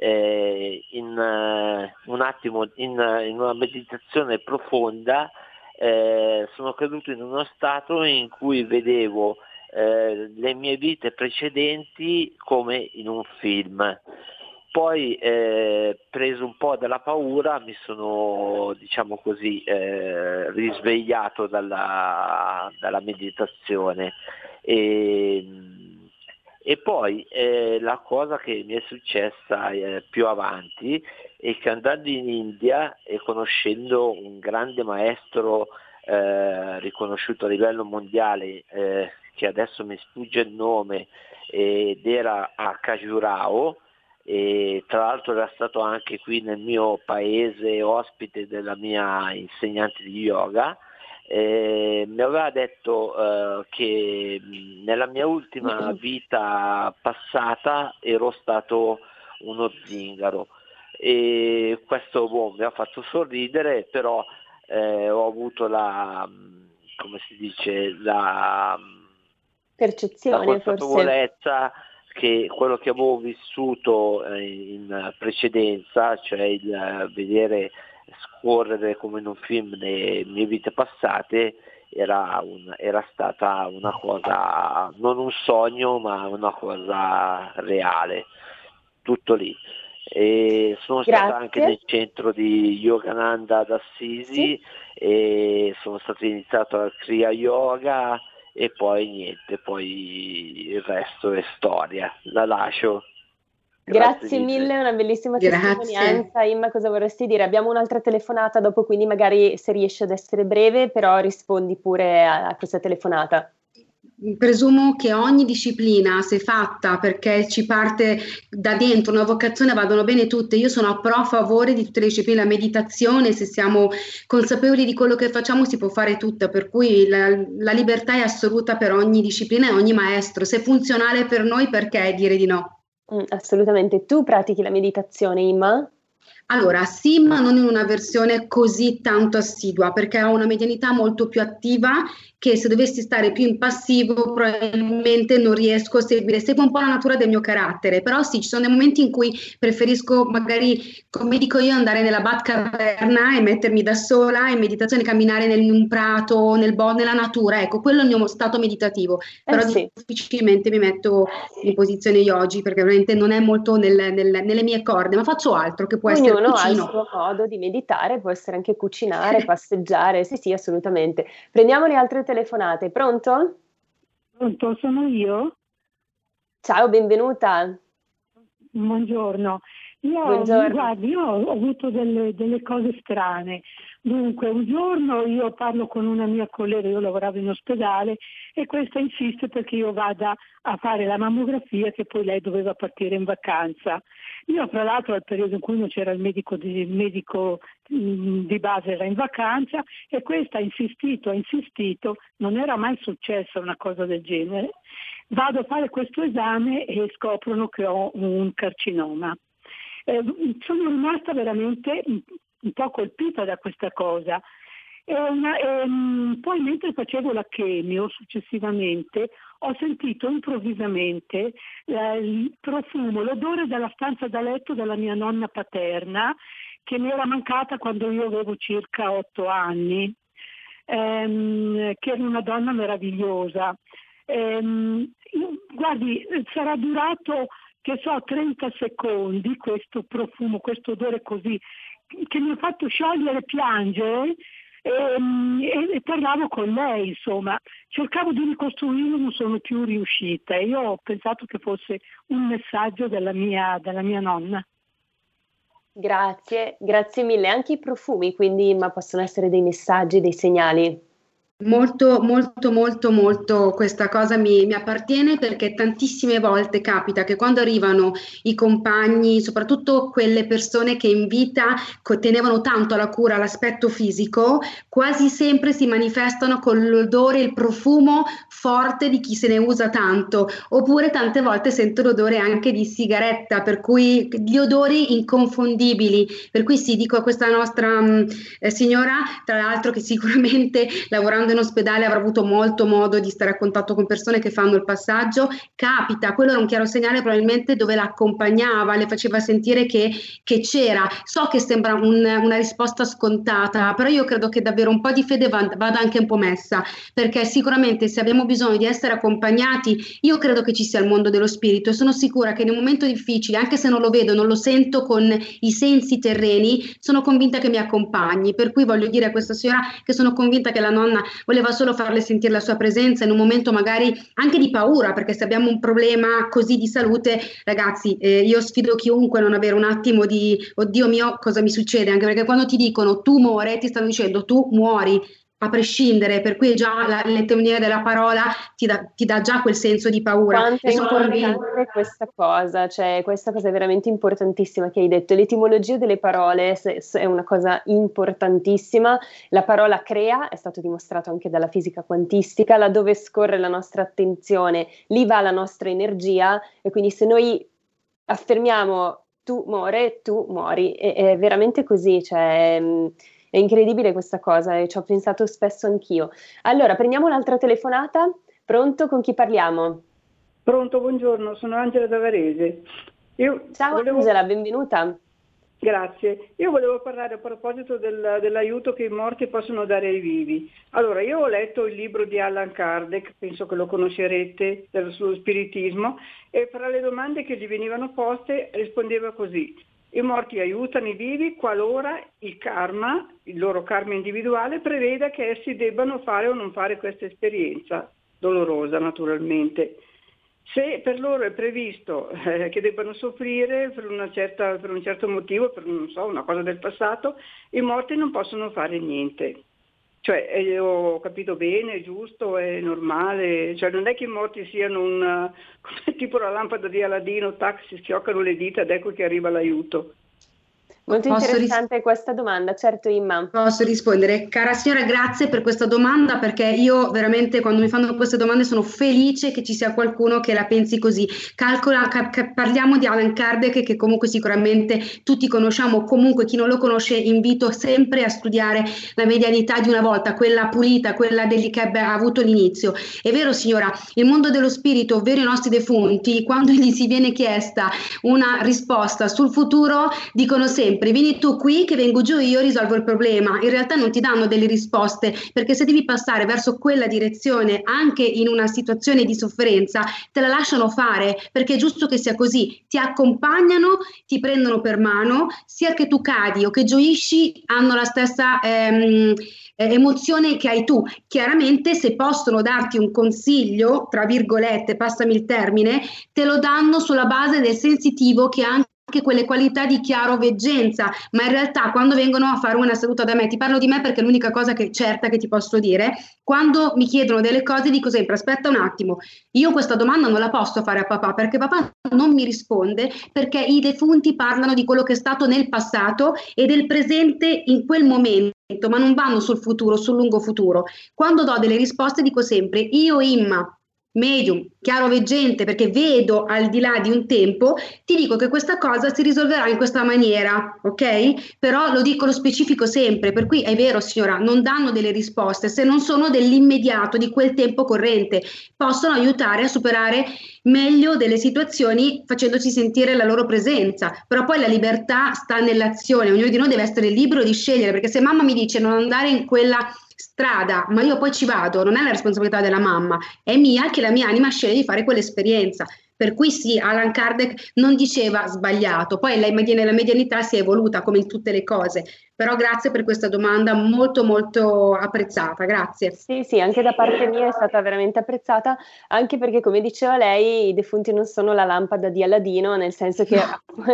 in una meditazione profonda, sono caduto in uno stato in cui vedevo le mie vite precedenti come in un film. Poi preso un po' dalla paura mi sono, diciamo così, risvegliato dalla meditazione e poi la cosa che mi è successa più avanti è che andando in India e conoscendo un grande maestro riconosciuto a livello mondiale, che adesso mi sfugge il nome, ed era a Khajuraho, e tra l'altro era stato anche qui nel mio paese ospite della mia insegnante di yoga, mi aveva detto che nella mia ultima vita passata ero stato uno zingaro, e questo mi ha fatto sorridere, però ho avuto la, come si dice, la percezione, la consapevolezza che quello che avevo vissuto in precedenza, cioè il vedere scorrere come in un film le mie vite passate, era stata una cosa, non un sogno, ma una cosa reale, tutto lì. E sono stato anche nel centro di Yogananda ad Assisi, e sono stato iniziato al Kriya Yoga, e poi niente, poi il resto è storia, la lascio. Grazie mille, una bellissima testimonianza. Imma, cosa vorresti dire? Abbiamo un'altra telefonata dopo, quindi magari se riesci ad essere breve, però rispondi pure a questa telefonata. Presumo che ogni disciplina, se fatta perché ci parte da dentro una vocazione, vadano bene tutte. Io sono a favore di tutte le discipline, la meditazione, se siamo consapevoli di quello che facciamo si può fare tutta, per cui la libertà è assoluta per ogni disciplina e ogni maestro. Se è funzionale per noi, perché dire di no? Assolutamente. Tu pratichi la meditazione, Imma? Allora, sì, ma non in una versione così tanto assidua, perché ho una medianità molto più attiva che se dovessi stare più in passivo probabilmente non riesco a seguire, seguo un po' la natura del mio carattere, però sì, ci sono dei momenti in cui preferisco magari, come dico io, andare nella Batcaverna e mettermi da sola in meditazione, camminare in un prato, nella natura, ecco, quello è il mio stato meditativo, però difficilmente mi metto in posizione yogi perché veramente non è molto nelle mie corde, ma faccio altro che può essere ognuno cucino. ha il suo modo di meditare, può essere anche cucinare, passeggiare, sì, assolutamente. Prendiamo le altre telefonate, pronto? Pronto, sono io? Ciao, benvenuta. Buongiorno. Buongiorno. Io ho avuto delle cose strane. Dunque, un giorno io parlo con una mia collega, io lavoravo in ospedale, e questa insiste perché io vada a fare la mammografia, che poi lei doveva partire in vacanza. Io, tra l'altro, al periodo in cui non c'era il medico di base, era in vacanza, e questa ha insistito, non era mai successa una cosa del genere. Vado a fare questo esame e scoprono che ho un carcinoma. Sono rimasta veramente un po' colpita da questa cosa. Poi mentre facevo la chemio successivamente ho sentito improvvisamente il profumo, l'odore della stanza da letto della mia nonna paterna, che mi era mancata quando io avevo circa 8 anni, che era una donna meravigliosa. Guardi, sarà durato, 30 secondi questo profumo, questo odore così, che mi ha fatto sciogliere e piangere, e parlavo con lei, insomma, cercavo di ricostruirlo, non sono più riuscita. Io ho pensato che fosse un messaggio della mia nonna. Grazie mille. Anche i profumi, quindi, ma possono essere dei messaggi, dei segnali. Molto questa cosa mi appartiene, perché tantissime volte capita che quando arrivano i compagni, soprattutto quelle persone che in vita tenevano tanto alla cura, all'aspetto fisico, quasi sempre si manifestano con l'odore, il profumo forte di chi se ne usa tanto, oppure tante volte sento l'odore anche di sigaretta, per cui gli odori inconfondibili. Per cui sì, dico a questa nostra signora, tra l'altro, che sicuramente lavorando in ospedale avrà avuto molto modo di stare a contatto con persone che fanno il passaggio, capita, quello era un chiaro segnale probabilmente dove l'accompagnava, le faceva sentire che c'era. So che sembra una risposta scontata, però io credo che davvero un po' di fede vada anche un po' messa, perché sicuramente se abbiamo bisogno di essere accompagnati, io credo che ci sia il mondo dello spirito, e sono sicura che in un momento difficile, anche se non lo vedo, non lo sento con i sensi terreni, sono convinta che mi accompagni. Per cui voglio dire a questa signora che sono convinta che la nonna voleva solo farle sentire la sua presenza in un momento magari anche di paura, perché se abbiamo un problema così di salute, ragazzi, io sfido chiunque a non avere un attimo di oddio mio, cosa mi succede, anche perché quando ti dicono tumore ti stanno dicendo tu muori a prescindere, per cui già l'etimologia della parola ti dà già quel senso di paura. Quanto è importante questa cosa, cioè questa cosa è veramente importantissima che hai detto. L'etimologia delle parole è una cosa importantissima. La parola crea, è stato dimostrato anche dalla fisica quantistica, laddove scorre la nostra attenzione, lì va la nostra energia, e quindi se noi affermiamo tu muori, è veramente così, cioè è incredibile questa cosa e ci ho pensato spesso anch'io. Allora, prendiamo un'altra telefonata. Pronto? Con chi parliamo? Pronto, buongiorno, sono Angela da Varese. Ciao Angela, benvenuta. Grazie. Io volevo parlare a proposito dell'aiuto che i morti possono dare ai vivi. Allora, io ho letto il libro di Allan Kardec, penso che lo conoscerete, sullo spiritismo, e fra le domande che gli venivano poste rispondeva così: i morti aiutano i vivi qualora il loro karma individuale, preveda che essi debbano fare o non fare questa esperienza, dolorosa naturalmente. Se per loro è previsto che debbano soffrire per un certo motivo, per una cosa del passato, i morti non possono fare niente. Cioè, ho capito bene, è giusto, è normale, cioè non è che i morti siano come tipo la lampada di Aladino, tac, si schioccano le dita ed ecco che arriva l'aiuto. Molto interessante questa domanda, certo Imma. Posso rispondere? Cara signora, grazie per questa domanda, perché io veramente quando mi fanno queste domande sono felice che ci sia qualcuno che la pensi così. Parliamo di Allan Kardec, che comunque sicuramente tutti conosciamo, comunque chi non lo conosce invito sempre a studiare La medianità di una volta, quella pulita, quella che ha avuto l'inizio. È vero signora, il mondo dello spirito, ovvero i nostri defunti, quando gli si viene chiesta una risposta sul futuro, dicono sempre: vieni tu qui che vengo giù io, risolvo il problema. In realtà non ti danno delle risposte, perché se devi passare verso quella direzione anche in una situazione di sofferenza, te la lasciano fare, perché è giusto che sia così. Ti accompagnano, ti prendono per mano, sia che tu cadi o che gioisci, hanno la stessa emozione che hai tu. Chiaramente se possono darti un consiglio, tra virgolette, passami il termine, te lo danno sulla base del sensitivo che anche quelle qualità di chiaroveggenza, ma in realtà quando vengono a fare una seduta da me, ti parlo di me perché è l'unica cosa certa che ti posso dire, quando mi chiedono delle cose dico sempre aspetta un attimo, io questa domanda non la posso fare a papà perché papà non mi risponde, perché i defunti parlano di quello che è stato nel passato e del presente in quel momento, ma non vanno sul futuro, sul lungo futuro. Quando do delle risposte dico sempre io Imma medium, chiaroveggente, perché vedo al di là di un tempo, ti dico che questa cosa si risolverà in questa maniera, ok? Però lo dico, lo specifico sempre, per cui è vero signora, non danno delle risposte se non sono dell'immediato, di quel tempo corrente, possono aiutare a superare meglio delle situazioni facendoci sentire la loro presenza, però poi la libertà sta nell'azione, ognuno di noi deve essere libero di scegliere, perché se mamma mi dice non andare in quella strada, ma io poi ci vado, non è la responsabilità della mamma, è mia che la mia anima sceglie di fare quell'esperienza. Per cui sì, Allan Kardec non diceva sbagliato, poi la medianità si è evoluta come in tutte le cose, però grazie per questa domanda molto molto apprezzata, grazie. Sì, anche da parte mia è stata veramente apprezzata, anche perché come diceva lei i defunti non sono la lampada di Aladino, nel senso che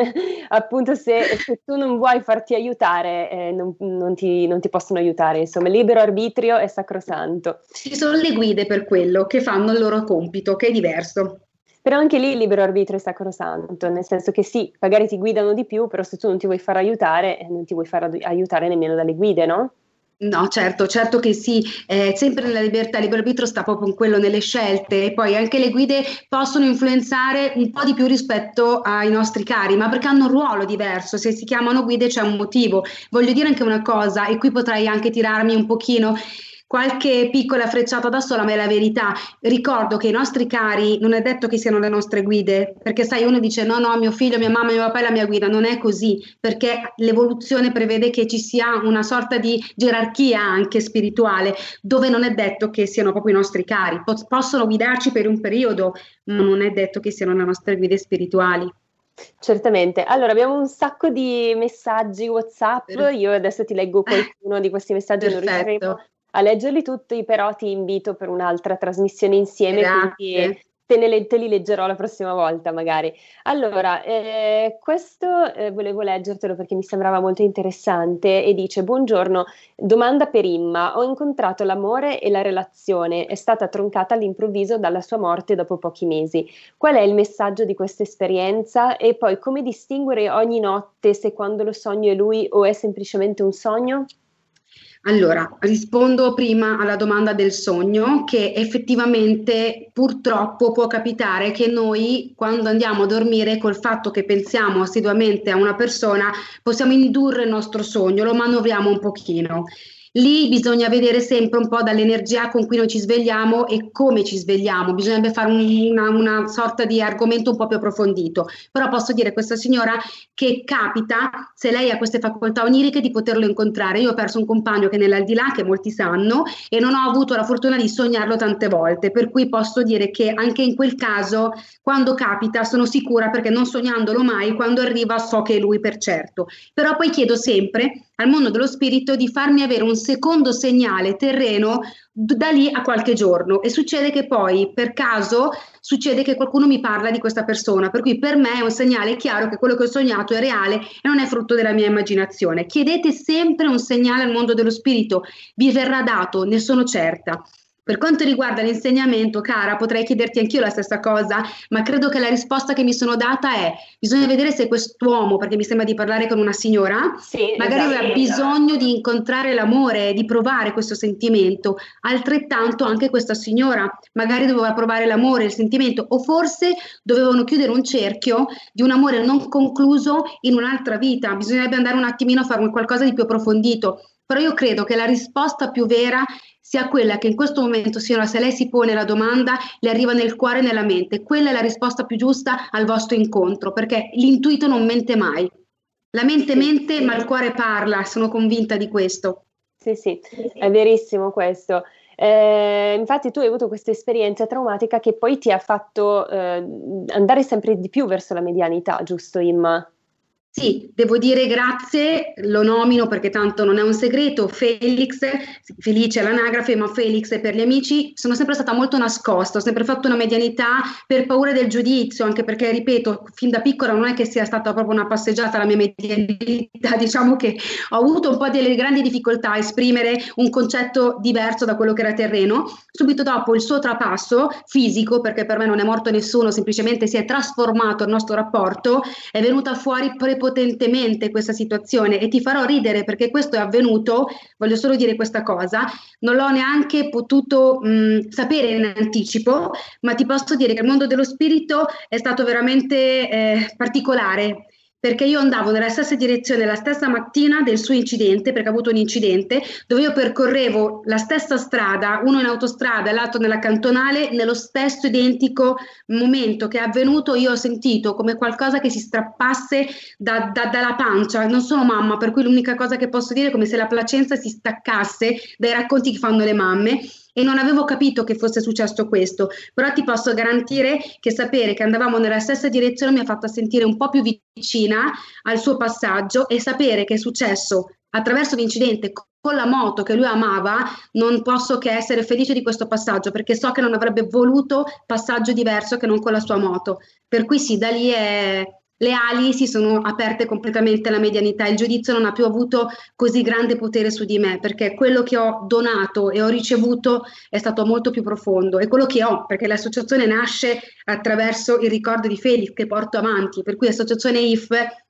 appunto se tu non vuoi farti aiutare non ti possono aiutare, insomma il libero arbitrio è sacrosanto. Ci sono le guide per quello che fanno il loro compito, che è diverso. Però anche lì il libero arbitrio è sacrosanto, nel senso che sì, magari ti guidano di più, però se tu non ti vuoi far aiutare, non ti vuoi far aiutare nemmeno dalle guide, no? No, certo che sì, sempre nella libertà, il libero arbitrio sta proprio in quello, nelle scelte, e poi anche le guide possono influenzare un po' di più rispetto ai nostri cari, ma perché hanno un ruolo diverso, se si chiamano guide c'è un motivo. Voglio dire anche una cosa, e qui potrei anche tirarmi un pochino qualche piccola frecciata da sola, ma è la verità. Ricordo che i nostri cari non è detto che siano le nostre guide, perché sai, uno dice no, mio figlio, mia mamma, mio papà è la mia guida, non è così, perché l'evoluzione prevede che ci sia una sorta di gerarchia anche spirituale, dove non è detto che siano proprio i nostri cari, possono guidarci per un periodo, ma non è detto che siano le nostre guide spirituali. Certamente. Allora, abbiamo un sacco di messaggi WhatsApp, io adesso ti leggo qualcuno di questi messaggi, non riusciremo a leggerli tutti, però ti invito per un'altra trasmissione insieme, quindi te li leggerò la prossima volta magari. Allora, questo volevo leggertelo perché mi sembrava molto interessante e dice: buongiorno, domanda per Imma, ho incontrato l'amore e la relazione è stata troncata all'improvviso dalla sua morte dopo pochi mesi. Qual è il messaggio di questa esperienza e poi come distinguere ogni notte se quando lo sogno è lui o è semplicemente un sogno? Allora, rispondo prima alla domanda del sogno, che effettivamente purtroppo può capitare che noi quando andiamo a dormire col fatto che pensiamo assiduamente a una persona possiamo indurre il nostro sogno, lo manovriamo un pochino. Lì bisogna vedere sempre un po' dall'energia con cui noi ci svegliamo e come ci svegliamo, bisognerebbe fare una sorta di argomento un po' più approfondito, però posso dire a questa signora che capita, se lei ha queste facoltà oniriche, di poterlo incontrare. Io ho perso un compagno che è nell'aldilà, che molti sanno, e non ho avuto la fortuna di sognarlo tante volte, per cui posso dire che anche in quel caso, quando capita, sono sicura, perché non sognandolo mai, quando arriva so che è lui per certo. Però poi chiedo sempre al mondo dello spirito di farmi avere un secondo segnale terreno da lì a qualche giorno, e succede che poi per caso succede che qualcuno mi parla di questa persona, per cui per me è un segnale chiaro che quello che ho sognato è reale e non è frutto della mia immaginazione. Chiedete sempre un segnale al mondo dello spirito, vi verrà dato, ne sono certa. Per quanto riguarda l'insegnamento, cara, potrei chiederti anch'io la stessa cosa, ma credo che la risposta che mi sono data è: bisogna vedere se quest'uomo, perché mi sembra di parlare con una signora, magari aveva bisogno di incontrare l'amore, di provare questo sentimento, altrettanto anche questa signora magari doveva provare l'amore, il sentimento, o forse dovevano chiudere un cerchio di un amore non concluso in un'altra vita, bisognerebbe andare un attimino a fare qualcosa di più approfondito. Però io credo che la risposta più vera sia quella che in questo momento, signora, se lei si pone la domanda, le arriva nel cuore e nella mente. Quella è la risposta più giusta al vostro incontro, perché l'intuito non mente mai. La mente mente, ma il cuore parla, sono convinta di questo. Sì, è verissimo questo. Infatti tu hai avuto questa esperienza traumatica che poi ti ha fatto andare sempre di più verso la medianità, giusto Imma? Sì, devo dire grazie, lo nomino perché tanto non è un segreto, Felix, Felice è l'anagrafe, ma Felix è per gli amici, sono sempre stata molto nascosta, ho sempre fatto una medianità per paura del giudizio, anche perché, ripeto, fin da piccola non è che sia stata proprio una passeggiata la mia medianità, diciamo che ho avuto un po' delle grandi difficoltà a esprimere un concetto diverso da quello che era terreno. Subito dopo il suo trapasso fisico, perché per me non è morto nessuno, semplicemente si è trasformato il nostro rapporto, è venuta fuori prepotentemente questa situazione, e ti farò ridere perché questo è avvenuto, voglio solo dire questa cosa, non l'ho neanche potuto sapere in anticipo, ma ti posso dire che il mondo dello spirito è stato veramente particolare, perché io andavo nella stessa direzione la stessa mattina del suo incidente, perché ha avuto un incidente dove io percorrevo la stessa strada, uno in autostrada e l'altro nella cantonale, nello stesso identico momento che è avvenuto. Io ho sentito come qualcosa che si strappasse dalla pancia, non sono mamma, per cui l'unica cosa che posso dire è come se la placenza si staccasse dai racconti che fanno le mamme, e non avevo capito che fosse successo questo, però ti posso garantire che sapere che andavamo nella stessa direzione mi ha fatto sentire un po' più vicina al suo passaggio, e sapere che è successo attraverso l'incidente con la moto che lui amava, non posso che essere felice di questo passaggio, perché so che non avrebbe voluto passaggio diverso che non con la sua moto, per cui sì, da lì le ali si sono aperte completamente alla medianità, il giudizio non ha più avuto così grande potere su di me, perché quello che ho donato e ho ricevuto è stato molto più profondo, e quello che ho, perché l'associazione nasce attraverso il ricordo di Felix che porto avanti, per cui l'associazione IF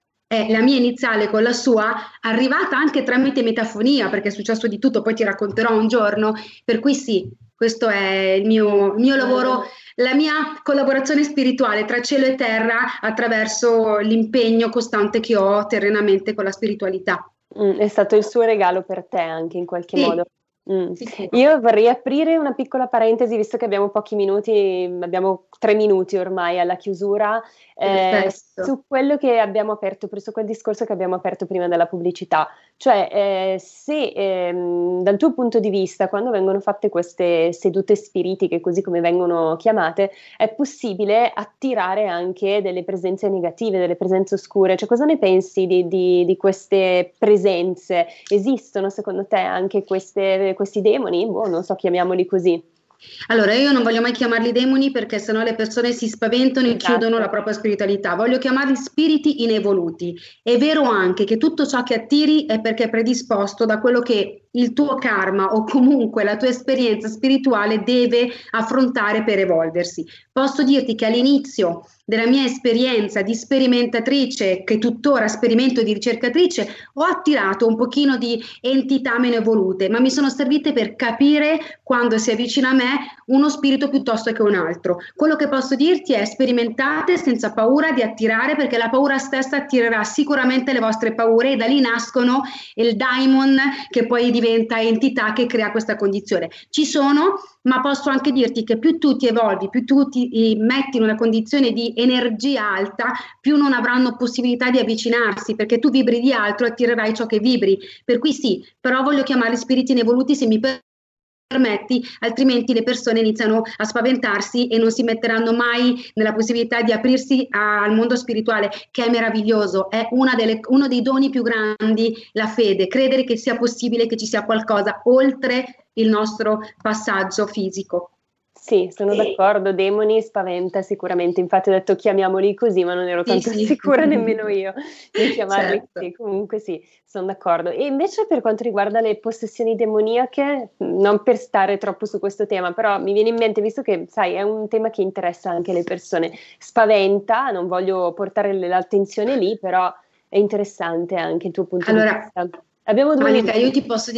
è la mia iniziale con la sua, arrivata anche tramite metafonia, perché è successo di tutto, poi ti racconterò un giorno, per cui sì, questo è il mio lavoro, la mia collaborazione spirituale tra cielo e terra attraverso l'impegno costante che ho terrenamente con la spiritualità. È stato il suo regalo per te anche in qualche Sì. modo. Sì. Io vorrei aprire una piccola parentesi, visto che abbiamo pochi minuti, abbiamo 3 minuti ormai alla chiusura, Perfetto. su quello che abbiamo aperto, su quel discorso che abbiamo aperto prima della pubblicità. Cioè, se dal tuo punto di vista, quando vengono fatte queste sedute spiritiche, così come vengono chiamate, è possibile attirare anche delle presenze negative, delle presenze oscure? Cioè, cosa ne pensi di queste presenze? Esistono secondo te anche questi demoni? Boh, non so, chiamiamoli così. Allora, io non voglio mai chiamarli demoni, perché sennò le persone si spaventano e Esatto. chiudono la propria spiritualità. Voglio chiamarli spiriti inevoluti. È vero anche che tutto ciò che attiri è perché è predisposto da quello che il tuo karma o comunque la tua esperienza spirituale deve affrontare per evolversi. Posso dirti che all'inizio della mia esperienza di sperimentatrice, che tuttora sperimento di ricercatrice, ho attirato un pochino di entità meno evolute, ma mi sono servite per capire quando si avvicina a me uno spirito piuttosto che un altro. Quello che posso dirti è: sperimentate senza paura di attirare, perché la paura stessa attirerà sicuramente le vostre paure, e da lì nascono il daimon, che poi diventa entità che crea questa condizione. Ci sono, ma posso anche dirti che più tu ti evolvi, più tu ti metti in una condizione di energia alta, più non avranno possibilità di avvicinarsi, perché tu vibri di altro e attirerai ciò che vibri. Per cui sì, però voglio chiamare spiriti inevoluti, se mi permetti, altrimenti le persone iniziano a spaventarsi e non si metteranno mai nella possibilità di aprirsi al mondo spirituale, che è meraviglioso, è uno dei doni più grandi, la fede, credere che sia possibile che ci sia qualcosa oltre il nostro passaggio fisico. Sì, sono d'accordo, demoni spaventa sicuramente, infatti ho detto chiamiamoli così, ma non ero tanto sicura nemmeno io di chiamarli Certo. così, comunque sì, sono d'accordo. E invece per quanto riguarda le possessioni demoniache, non per stare troppo su questo tema, però mi viene in mente, visto che sai, è un tema che interessa anche le persone, spaventa, non voglio portare l'attenzione lì, però è interessante anche il tuo punto di vista. Abbiamo 2 Malika, minuti. io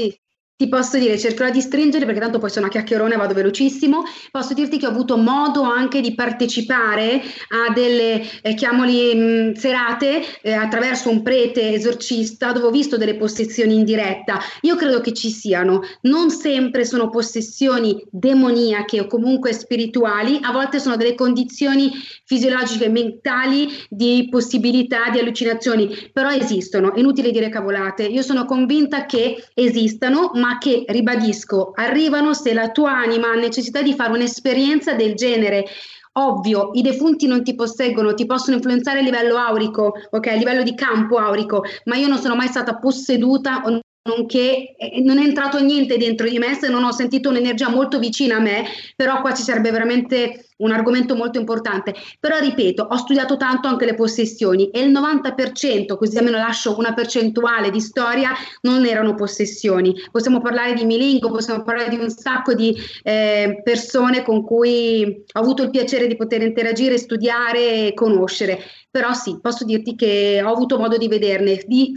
ti posso dire, cercherò di stringere perché tanto poi sono a chiacchierone e vado velocissimo. Posso dirti che ho avuto modo anche di partecipare a delle, chiamoli serate attraverso un prete esorcista, dove ho visto delle possessioni in diretta. Io credo che ci siano, non sempre sono possessioni demoniache o comunque spirituali, a volte sono delle condizioni fisiologiche, mentali, di possibilità di allucinazioni, però esistono, è inutile dire cavolate. Io sono convinta che esistano, ma che, ribadisco, arrivano se la tua anima ha necessità di fare un'esperienza del genere. Ovvio, i defunti non ti posseggono, ti possono influenzare a livello aurico, ok, a livello di campo aurico, ma io non sono mai stata posseduta, nonché non è entrato niente dentro di me, se non ho sentito un'energia molto vicina a me, però qua ci sarebbe veramente un argomento molto importante. Però ripeto, ho studiato tanto anche le possessioni e il 90%, così almeno lascio una percentuale di storia, non erano possessioni. Possiamo parlare di Milingo, possiamo parlare di un sacco di persone con cui ho avuto il piacere di poter interagire, studiare e conoscere. Però sì, posso dirti che ho avuto modo di vederne di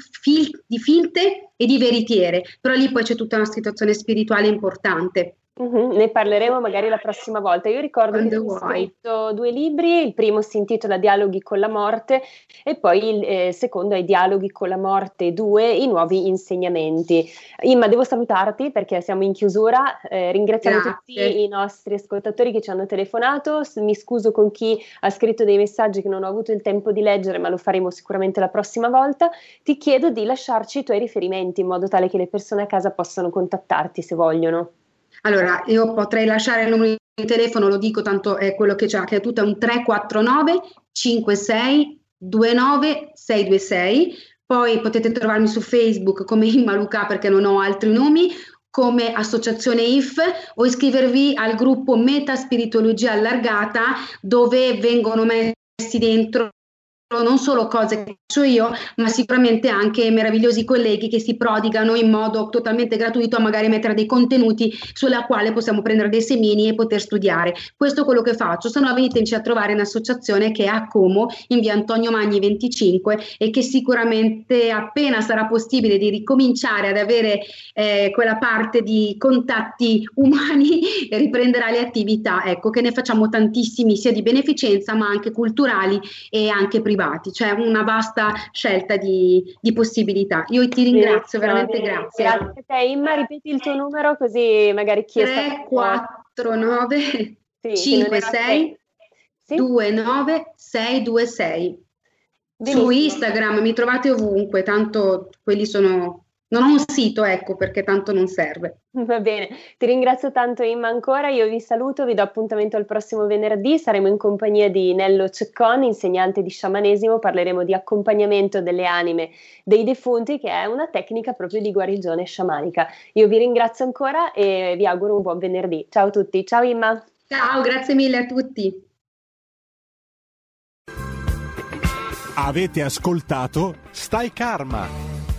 finte e di veritiere, però lì poi c'è tutta una situazione spirituale importante. Ne parleremo magari la prossima volta. Io ricordo che ho scritto 2 libri, il primo si intitola Dialoghi con la morte e poi il secondo è Dialoghi con la morte 2, i nuovi insegnamenti. Imma, devo salutarti perché siamo in chiusura, ringraziamo tutti i nostri ascoltatori che ci hanno telefonato, mi scuso con chi ha scritto dei messaggi che non ho avuto il tempo di leggere, ma lo faremo sicuramente la prossima volta. Ti chiedo di lasciarci i tuoi riferimenti in modo tale che le persone a casa possano contattarti se vogliono. Allora, io potrei lasciare il numero di telefono, lo dico, tanto è quello che c'è, che è tutto, è un 349 56 29 626. Poi potete trovarmi su Facebook come Imma Lucà, perché non ho altri nomi, come Associazione IF, o iscrivervi al gruppo Metaspiritologia Allargata, dove vengono messi dentro non solo cose che faccio io, ma sicuramente anche meravigliosi colleghi che si prodigano in modo totalmente gratuito a magari mettere dei contenuti sulla quale possiamo prendere dei semini e poter studiare. Questo è quello che faccio. Se no, veniteci a trovare in associazione che è a Como, in via Antonio Magni 25, e che sicuramente appena sarà possibile di ricominciare ad avere quella parte di contatti umani e riprenderà le attività, ecco, che ne facciamo tantissimi, sia di beneficenza ma anche culturali e anche privati. Cioè una vasta scelta di possibilità. Io ti ringrazio, veramente grazie. Grazie a te, Imma, ripeti il tuo numero così magari chi 349 56 29 626. Su Instagram mi trovate ovunque, tanto quelli sono... Non ho un sito, ecco, perché tanto non serve. Va bene, ti ringrazio tanto Imma ancora, io vi saluto, vi do appuntamento al prossimo venerdì, saremo in compagnia di Nello Ceccon, insegnante di sciamanesimo, parleremo di accompagnamento delle anime dei defunti, che è una tecnica proprio di guarigione sciamanica. Io vi ringrazio ancora e vi auguro un buon venerdì. Ciao a tutti, ciao Imma. Ciao, grazie mille a tutti. Avete ascoltato Stai Karma.